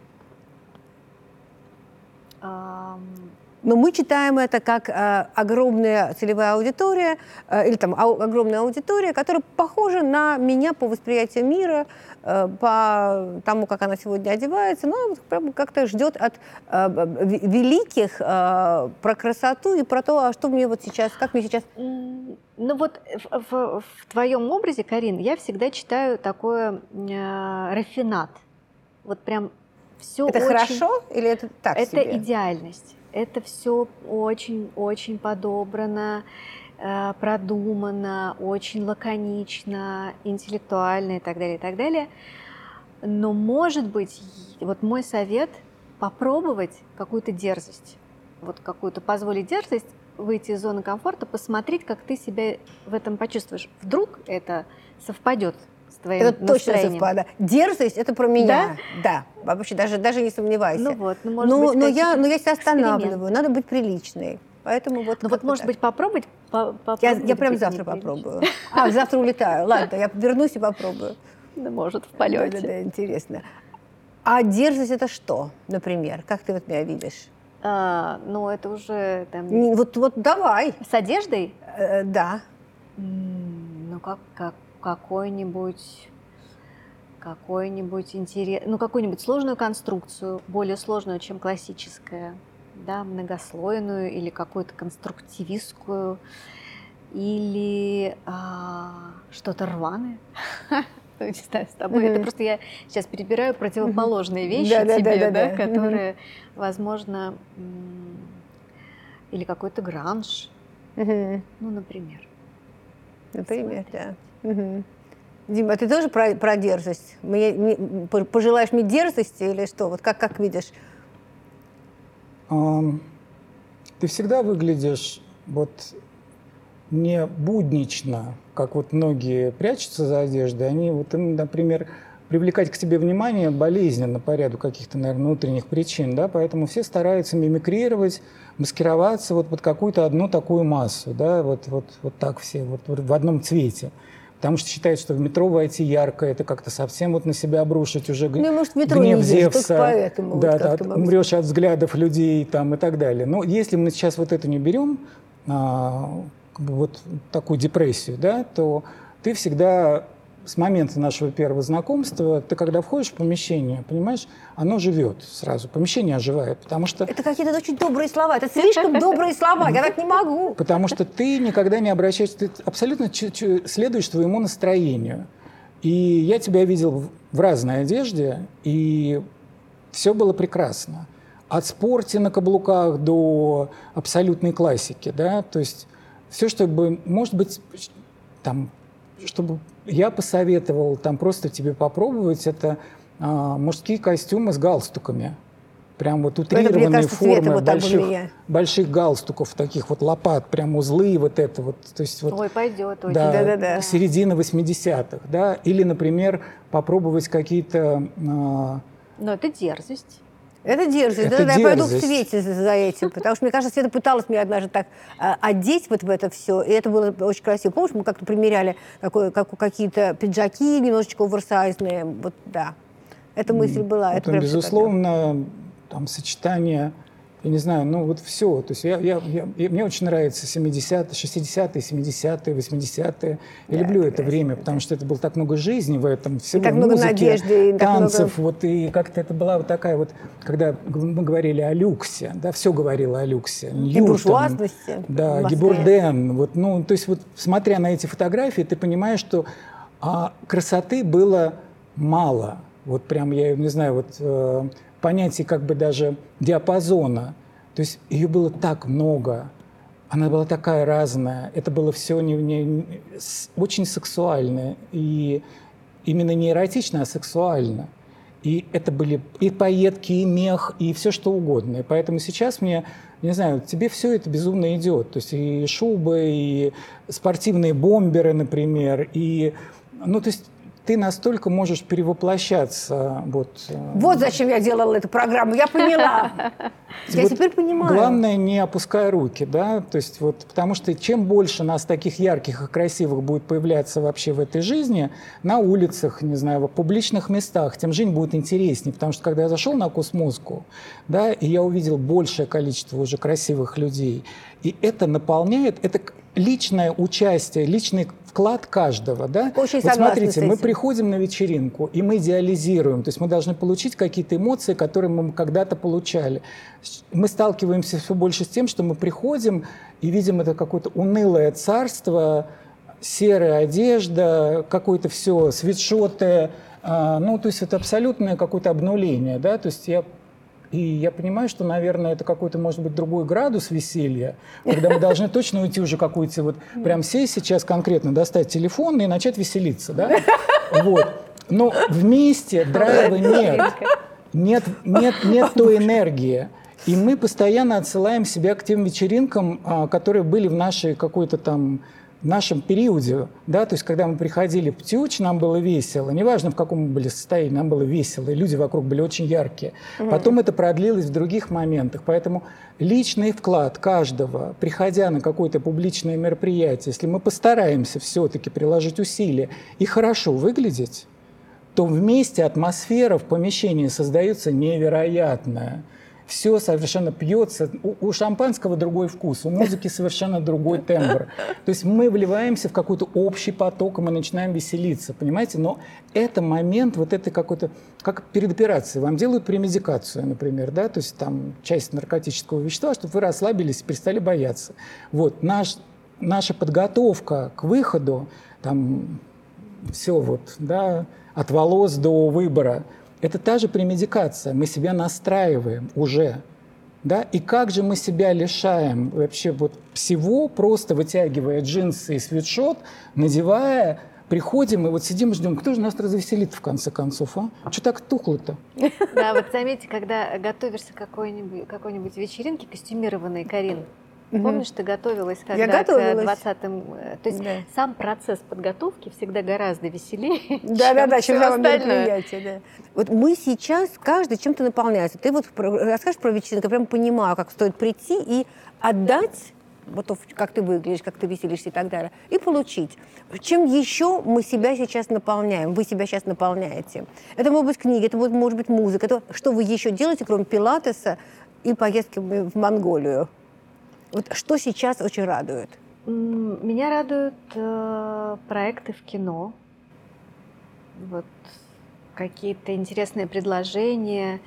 Но мы читаем это как огромная целевая аудитория, или там огромная аудитория, которая похожа на меня по восприятию мира, по тому, как она сегодня одевается, но прям как-то ждет от великих про красоту и про то, а что мне вот сейчас, как мне сейчас... Ну вот в твоем образе, Карин, я всегда читаю такое рафинат. Вот прям все Это очень... хорошо или это так Это себе? идеальность. Это все очень-очень подобрано, продумано, очень лаконично, интеллектуально и так далее, и так далее. Но, может быть, вот мой совет – попробовать какую-то дерзость, вот какую-то позволить дерзость, выйти из зоны комфорта, посмотреть, как ты себя в этом почувствуешь. Вдруг это совпадет с твоим Это точно настроением. совпадает. Дерзость – это про меня. Да, вообще даже не сомневайся. Ну вот, ну, может быть, но я какие-то себя останавливаю, эксперименты. надо быть приличной. Поэтому вот, Ну вот, может быть, попробовать? я прям завтра попробую. Завтра улетаю. Ладно, я вернусь и попробую. Да, может, в полете. Да, интересно. А дерзость – это что, например? Как ты вот меня видишь? Ну, это уже там... Вот давай. С одеждой? Да. Ну, какой-нибудь интерес... Ну, какую-нибудь сложную конструкцию, более сложную, чем классическая, да, многослойную или какую-то конструктивистскую, или что-то рваное. Ну, не знаю, с тобой. Это просто я сейчас перебираю противоположные вещи тебе, да, которые, возможно, или какой-то гранж, ну, например. Например, да. Дима, а ты тоже про дерзость? Пожелаешь мне дерзости или что? Вот как видишь? Ты всегда выглядишь вот не буднично, как вот многие прячутся за одеждой. Они вот им, например, привлекать к себе внимание болезненно по ряду каких-то, наверное, внутренних причин, да, поэтому все стараются мимикрировать, маскироваться вот под какую-то одну такую массу, да, вот так все, вот в одном цвете. Потому что считают, что в метро войти ярко, это как-то совсем вот на себя обрушить уже может, в метро гнев не ездишь, Зевса. только поэтому. Да, вот да, умрешь от взглядов людей там, и так далее. Но если мы сейчас вот это не берем, вот такую депрессию, да, то ты всегда с момента нашего первого знакомства, ты когда входишь в помещение, понимаешь, оно живет сразу, помещение оживает, потому что... Это какие-то очень добрые слова, это слишком добрые слова, я так не могу. Потому что ты никогда не обращаешься, ты абсолютно следуешь твоему настроению. И я тебя видел в разной одежде, и все было прекрасно. От спорти на каблуках до абсолютной классики, да, то есть все, чтобы, может быть, там, чтобы я посоветовал там просто тебе попробовать, это мужские костюмы с галстуками. Прям вот утрированные формы больших галстуков, таких вот лопат, прям узлы, вот это вот. То есть вот, ой, пойдет, очень. Да, середина 80-х, да. Или, например, попробовать какие-то... Но это дерзость. Это дерзость, это я пойду в Свете за этим, потому что, мне кажется, Света пыталась меня однажды так одеть вот в это все, и это было очень красиво. Помнишь, мы как-то примеряли какие-то пиджаки немножечко оверсайзные, вот да. Эта мысль была. Это безусловно, там сочетание, я не знаю, ну вот все. То есть мне очень нравится 70-е, 60-е, 70-е, 80-е. Я люблю это время, потому что это было так много жизни в этом, всего, так много музыки, надежды, танцев. Вот, и как-то это была вот такая вот, когда мы говорили о люксе, да, все говорило о люксе. И буржуазности. Да, Гебурден. Вот, ну, то есть вот смотря на эти фотографии, ты понимаешь, что красоты было мало. Вот прям, я не знаю, вот понятие как бы даже диапазона. То есть ее было так много. она была такая разная. Это было все очень сексуально. И именно не эротично, а сексуально. И это были и пайетки, и мех, и все что угодно. И поэтому сейчас мне, не знаю, тебе все это безумно идет. То есть и шубы, и спортивные бомберы, например. И, ну, то есть ты настолько можешь перевоплощаться. Вот зачем я делала эту программу, я поняла. Я теперь понимаю. Главное, не опускай руки, да, то есть потому что чем больше нас таких ярких и красивых будет появляться вообще в этой жизни, на улицах, не знаю, в публичных местах, тем жизнь будет интереснее, потому что когда я зашел на Космоску, да, и я увидел большее количество уже красивых людей, и это наполняет, это личное участие, личный вклад каждого, да? Очень вот согласна смотрите, с этим. мы приходим на вечеринку, и мы идеализируем, то есть мы должны получить какие-то эмоции, которые мы когда-то получали. Мы сталкиваемся все больше с тем, что мы приходим и видим это какое-то унылое царство, серая одежда, какое-то все свитшоты, ну, то есть это абсолютное какое-то обнуление, да, то есть я понимаю, что, наверное, это какой-то, может быть, другой градус веселья, когда мы должны точно уйти уже какую-то вот прям сесть сейчас конкретно, достать телефон и начать веселиться, да? Вот. Но вместе драйва нет. Нет той энергии. И мы постоянно отсылаем себя к тем вечеринкам, которые были в нашей какой-то там в нашем периоде, да, то есть когда мы приходили в Птюч, нам было весело, неважно в каком мы были состоянии, нам было весело, и люди вокруг были очень яркие. Потом это продлилось в других моментах, поэтому личный вклад каждого, приходя на какое-то публичное мероприятие, если мы постараемся все-таки приложить усилия и хорошо выглядеть, то вместе атмосфера в помещении создается невероятная. Все совершенно пьется. У шампанского другой вкус, у музыки совершенно другой тембр. То есть мы вливаемся в какой-то общий поток, и мы начинаем веселиться, понимаете? Но это момент, вот это какой-то, как перед операцией. Вам делают премедикацию, например, да, то есть там часть наркотического вещества, чтобы вы расслабились и перестали бояться. Вот, наша подготовка к выходу, там, все вот, да, от волос до выбора, это та же премедикация, мы себя настраиваем уже, да, и как же мы себя лишаем вообще вот всего, просто вытягивая джинсы и свитшот, надевая, приходим и вот сидим и ждем, кто же нас развеселит в конце концов, а? Что так тухло-то? Да, вот заметьте, когда готовишься к какой-нибудь вечеринке костюмированной, Карин, помнишь, ты готовилась когда к 20-м... То есть сам процесс подготовки всегда гораздо веселее, Да, чем само остальное. мероприятие. Да. Вот мы сейчас, каждый чем-то наполняется. Ты вот расскажешь про вечеринку, я прям понимаю, как стоит прийти и отдать, вот как ты выглядишь, как ты веселишься и так далее, и получить. Чем еще мы себя сейчас наполняем, вы себя сейчас наполняете? Это могут быть книги, это может быть музыка. Это что вы еще делаете, кроме пилатеса и поездки в Монголию? Вот что сейчас очень радует? Меня радуют проекты в кино. Вот какие-то интересные предложения.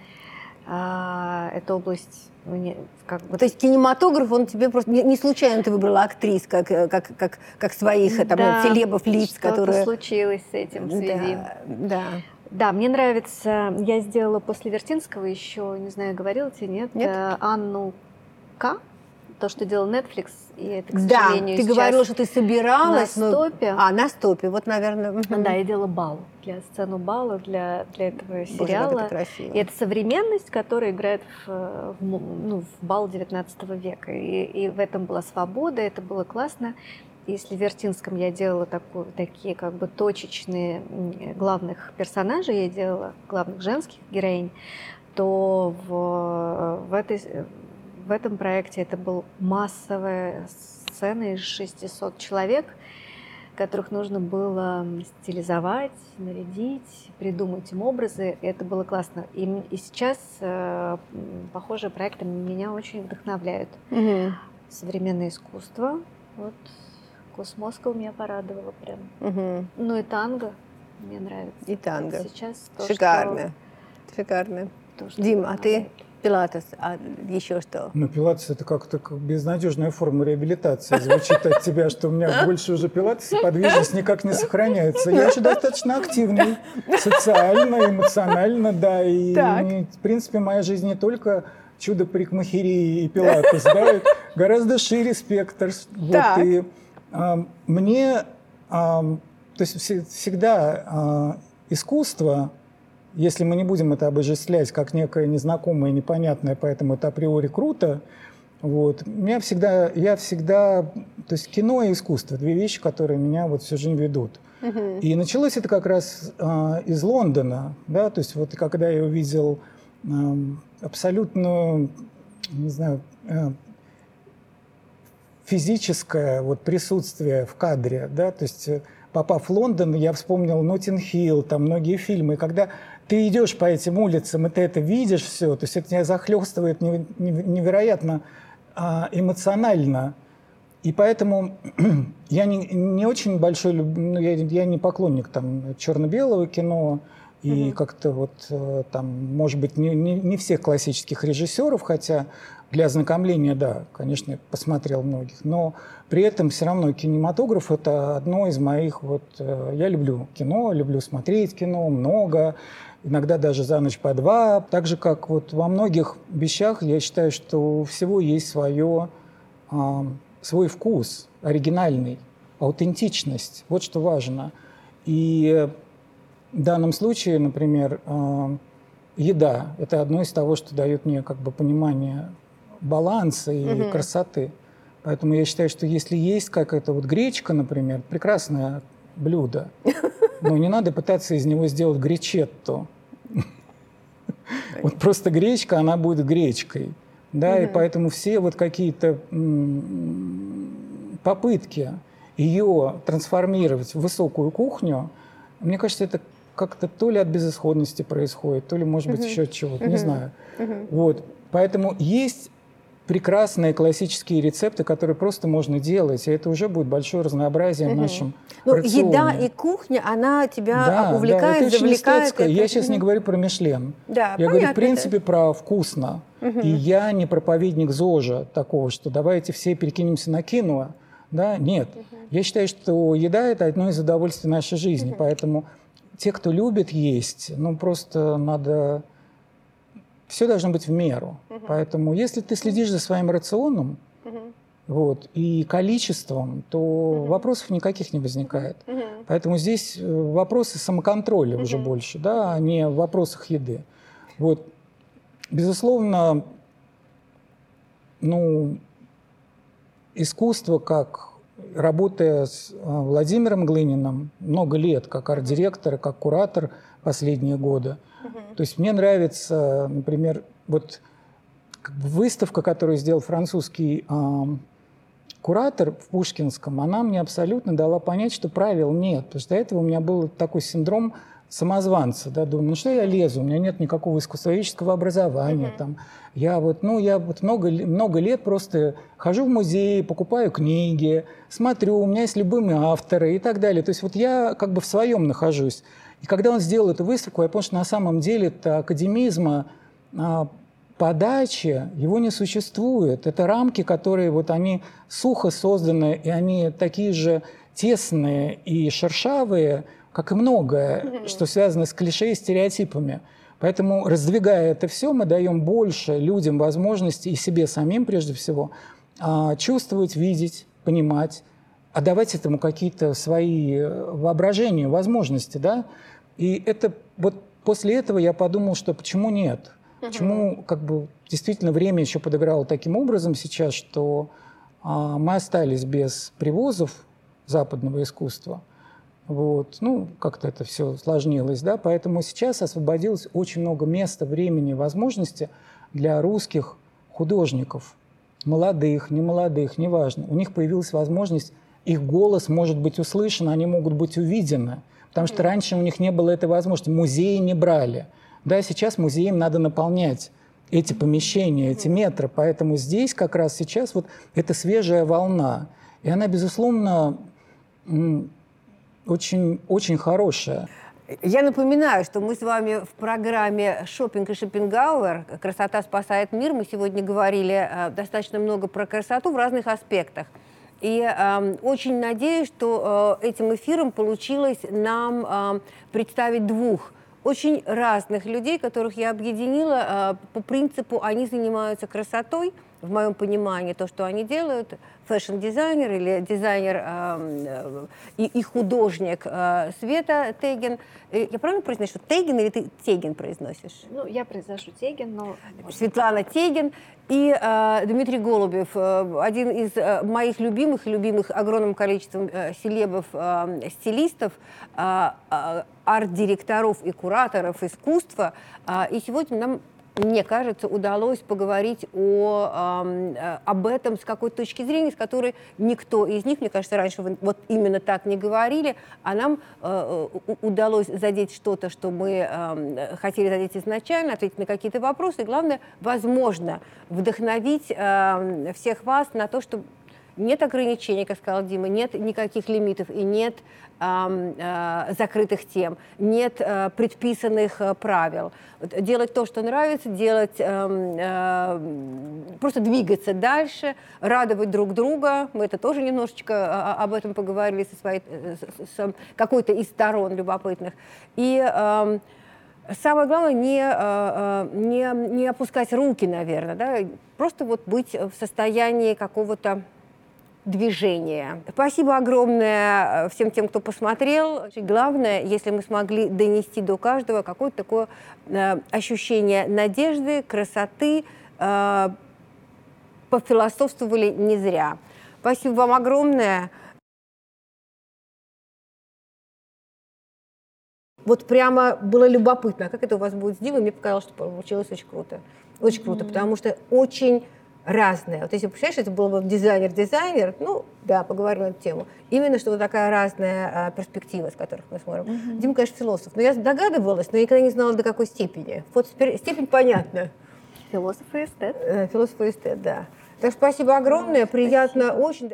Эта область... То есть кинематограф, он тебе просто... Не случайно ты выбрала актрис, как своих там, селебов, лиц, которые... Что-то случилось с этим в связи. Да. Да, мне нравится... Я сделала после Вертинского еще, не знаю, говорила тебе, нет? Анну К. То, что делал Netflix, и это, к сожалению, ты говорила, что ты собиралась на стопе. На стопе, вот, наверное. Да, я делала бал, сцену бала для этого сериала. Боже, как это красиво. И это современность, которая играет в бал 19 века. И в этом была свобода, это было классно. Если в Вертинском я делала такие как бы точечные главных персонажей, я делала главных женских героинь, то в этом проекте это была массовая сцена из 600 человек, которых нужно было стилизовать, нарядить, придумать им образы. И это было классно. И сейчас похожие проекты меня очень вдохновляют. Современное искусство. Вот Космоска меня порадовала прям. Ну и танго мне нравится. И танго. Вот сейчас шикарно. Шикарно. Дим, а ты? Пилатес, а еще что? Ну, пилатес – это как-то безнадежная форма реабилитации. Звучит от тебя, что у меня больше уже пилатеса, подвижность никак не сохраняется. Я еще достаточно активный, социально, эмоционально, да. И, в принципе, моя жизнь не только чудо парикмахерии и пилатес, да, гораздо шире спектр. Вот, и мне, то есть всегда искусство, если мы не будем это обожествлять как некое незнакомое, непонятное, поэтому это априори круто, вот, я всегда, то есть кино и искусство, две вещи, которые меня вот всю жизнь ведут. И началось это как раз из Лондона, да, то есть вот когда я увидел абсолютно, не знаю, физическое вот присутствие в кадре, да, то есть попав в Лондон, я вспомнил Ноттинг-Хилл, там многие фильмы, и когда ты идешь по этим улицам, и ты это видишь все, то есть это тебя захлестывает невероятно эмоционально. И поэтому я не очень большой, я не поклонник там черно-белого кино, и как-то вот там, может быть, не всех классических режиссеров, хотя для ознакомления, да, конечно, я посмотрел многих, но при этом все равно кинематограф — это одно из моих вот... Я люблю кино, люблю смотреть кино, много, иногда даже за ночь по два. Так же, как вот во многих вещах, я считаю, что у всего есть свой вкус, оригинальный, аутентичность. Вот что важно. И в данном случае, например, еда – это одно из того, что дает мне как бы понимание баланса и красоты. Поэтому я считаю, что если есть какая-то вот гречка, например, прекрасное блюдо, но не надо пытаться из него сделать гречетто. Вот просто гречка, она будет гречкой. Да, и поэтому все вот какие-то попытки ее трансформировать в высокую кухню, мне кажется, это как-то то ли от безысходности происходит, то ли, может быть, еще от чего-то, не знаю. Вот. Поэтому есть прекрасные классические рецепты, которые просто можно делать, и это уже будет большое разнообразие в нашем рационе. Еда и кухня, она тебя увлекает, это очень завлекает. эстетское. Я сейчас не говорю про Мишлен. Да, я говорю, в принципе, про вкусно. И я не проповедник ЗОЖа такого, что давайте все перекинемся на кино. Да? Нет. Я считаю, что еда – это одно из удовольствий нашей жизни. Поэтому те, кто любит есть, ну просто надо… Все должно быть в меру. Поэтому если ты следишь за своим рационом вот, и количеством, то вопросов никаких не возникает. Поэтому здесь вопросы самоконтроля уже больше, да, а не в вопросах еды. Вот. Безусловно, ну, искусство, как работая с Владимиром Глыниным много лет, как арт-директор, как куратор последние годы, то есть мне нравится, например, вот выставка, которую сделал французский куратор в Пушкинском, она мне абсолютно дала понять, что правил нет. Потому что до этого у меня был такой синдром самозванца. Да, думаю, ну что я лезу, у меня нет никакого искусствоведческого образования. Там, я вот много лет просто хожу в музей, покупаю книги, смотрю, у меня есть любимые авторы и так далее. То есть вот я как бы в своем нахожусь. И когда он сделал эту выставку, я понял, что на самом деле это академизма подачи, его не существует. Это рамки, которые вот они сухо созданы, и они такие же тесные и шершавые, как и многое, что связано с клише и стереотипами. Поэтому, раздвигая это все, мы даем больше людям возможности, и себе самим прежде всего, чувствовать, видеть, понимать, отдавать этому какие-то свои воображения, возможности, да. И это вот после этого я подумал, что почему нет? Почему как бы действительно время еще подыграло таким образом сейчас, что мы остались без привозов западного искусства. Вот. Ну, как-то это все сложнилось, да, поэтому сейчас освободилось очень много места, времени, возможности для русских художников, молодых, немолодых, неважно. У них появилась возможность, их голос может быть услышан, они могут быть увидены, потому что раньше у них не было этой возможности, музеи не брали. Да, сейчас музеям надо наполнять эти помещения, эти метры, поэтому здесь как раз сейчас вот эта свежая волна, и она, безусловно, очень, очень хорошая. Я напоминаю, что мы с вами в программе «Шоппинг и шоппингауэр. Красота спасает мир». Мы сегодня говорили достаточно много про красоту в разных аспектах. И очень надеюсь, что этим эфиром получилось нам представить двух очень разных людей, которых я объединила по принципу, они занимаются красотой, в моем понимании, то, что они делают, фэшн-дизайнер или дизайнер и художник Света Тегин. Я правильно произношу? Тегин или ты Тегин произносишь? Ну, я произношу Тегин, но... Светлана Тегин и Дмитрий Голубев, один из моих любимых огромным количеством селебов, стилистов, арт-директоров и кураторов искусства. И сегодня нам, мне кажется, удалось поговорить об этом с какой-то точки зрения, с которой никто из них, мне кажется, раньше вот именно так не говорили, а нам удалось задеть что-то, что мы хотели задеть изначально, ответить на какие-то вопросы, и, главное, возможно, вдохновить всех вас на то, что нет ограничений, как сказал Дима, нет никаких лимитов и нет закрытых тем, нет предписанных правил. Делать то, что нравится, делать, просто двигаться дальше, радовать друг друга. Мы это тоже немножечко об этом поговорили с какой-то из сторон любопытных. И самое главное, не опускать руки, наверное, да? Просто вот быть в состоянии какого-то движения. Спасибо огромное всем тем, кто посмотрел. Главное, если мы смогли донести до каждого какое-то такое ощущение надежды, красоты, пофилософствовали не зря. Спасибо вам огромное. Вот прямо было любопытно, как это у вас будет с Димой. Мне показалось, что получилось очень круто. Очень круто, потому что очень разное. Вот если, представляешь, это был бы дизайнер, ну, да, поговорим на эту тему. Именно что вот такая разная перспектива, с которых мы смотрим. Дима, конечно, философ, но я догадывалась, но никогда не знала, до какой степени. Вот степень понятна. Философ и эстет. Философ и эстет, да. Так что спасибо огромное, приятно очень.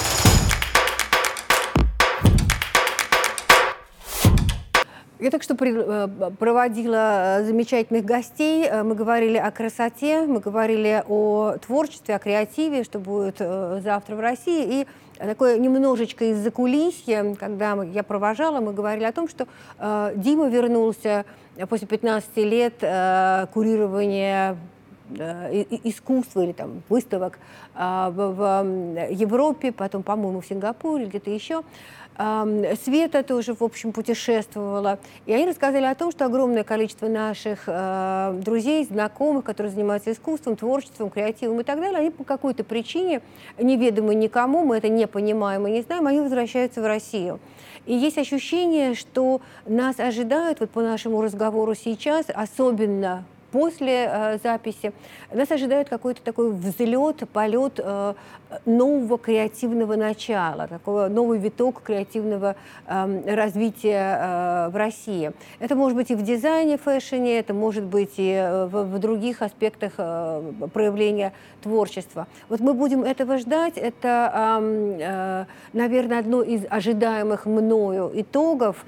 Я так что проводила замечательных гостей. Мы говорили о красоте, мы говорили о творчестве, о креативе, что будет завтра в России. И такое немножечко из-за кулисья, когда я провожала, мы говорили о том, что Дима вернулся после 15 лет курирования искусства или там выставок в Европе, потом, по-моему, в Сингапуре, где-то еще. Света тоже, в общем, путешествовала. И они рассказали о том, что огромное количество наших друзей, знакомых, которые занимаются искусством, творчеством, креативом и так далее, они по какой-то причине, неведомой никому, мы это не понимаем и не знаем, они возвращаются в Россию. И есть ощущение, что нас ожидают, вот по нашему разговору сейчас, особенно после записи, нас ожидает какой-то такой взлет, полет нового креативного начала, такого новый виток креативного развития в России. Это может быть и в дизайне, фэшне, это может быть и в других аспектах проявления творчества. Вот мы будем этого ждать. Это, наверное, одно из ожидаемых мною итогов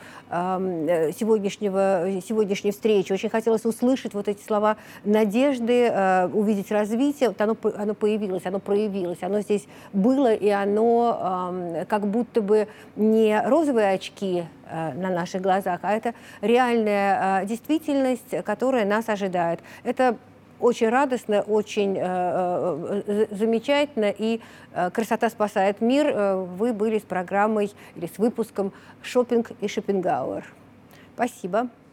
сегодняшней встречи. Очень хотелось услышать вот эти слова надежды, увидеть развитие. Вот оно появилось, оно проявилось, оно здесь было, и оно как будто бы не розовые очки на наших глазах, а это реальная действительность, которая нас ожидает. Это очень радостно, очень замечательно, и «Красота спасает мир». Вы были с программой или с выпуском «Шопинг и Шопенгауэр». Спасибо.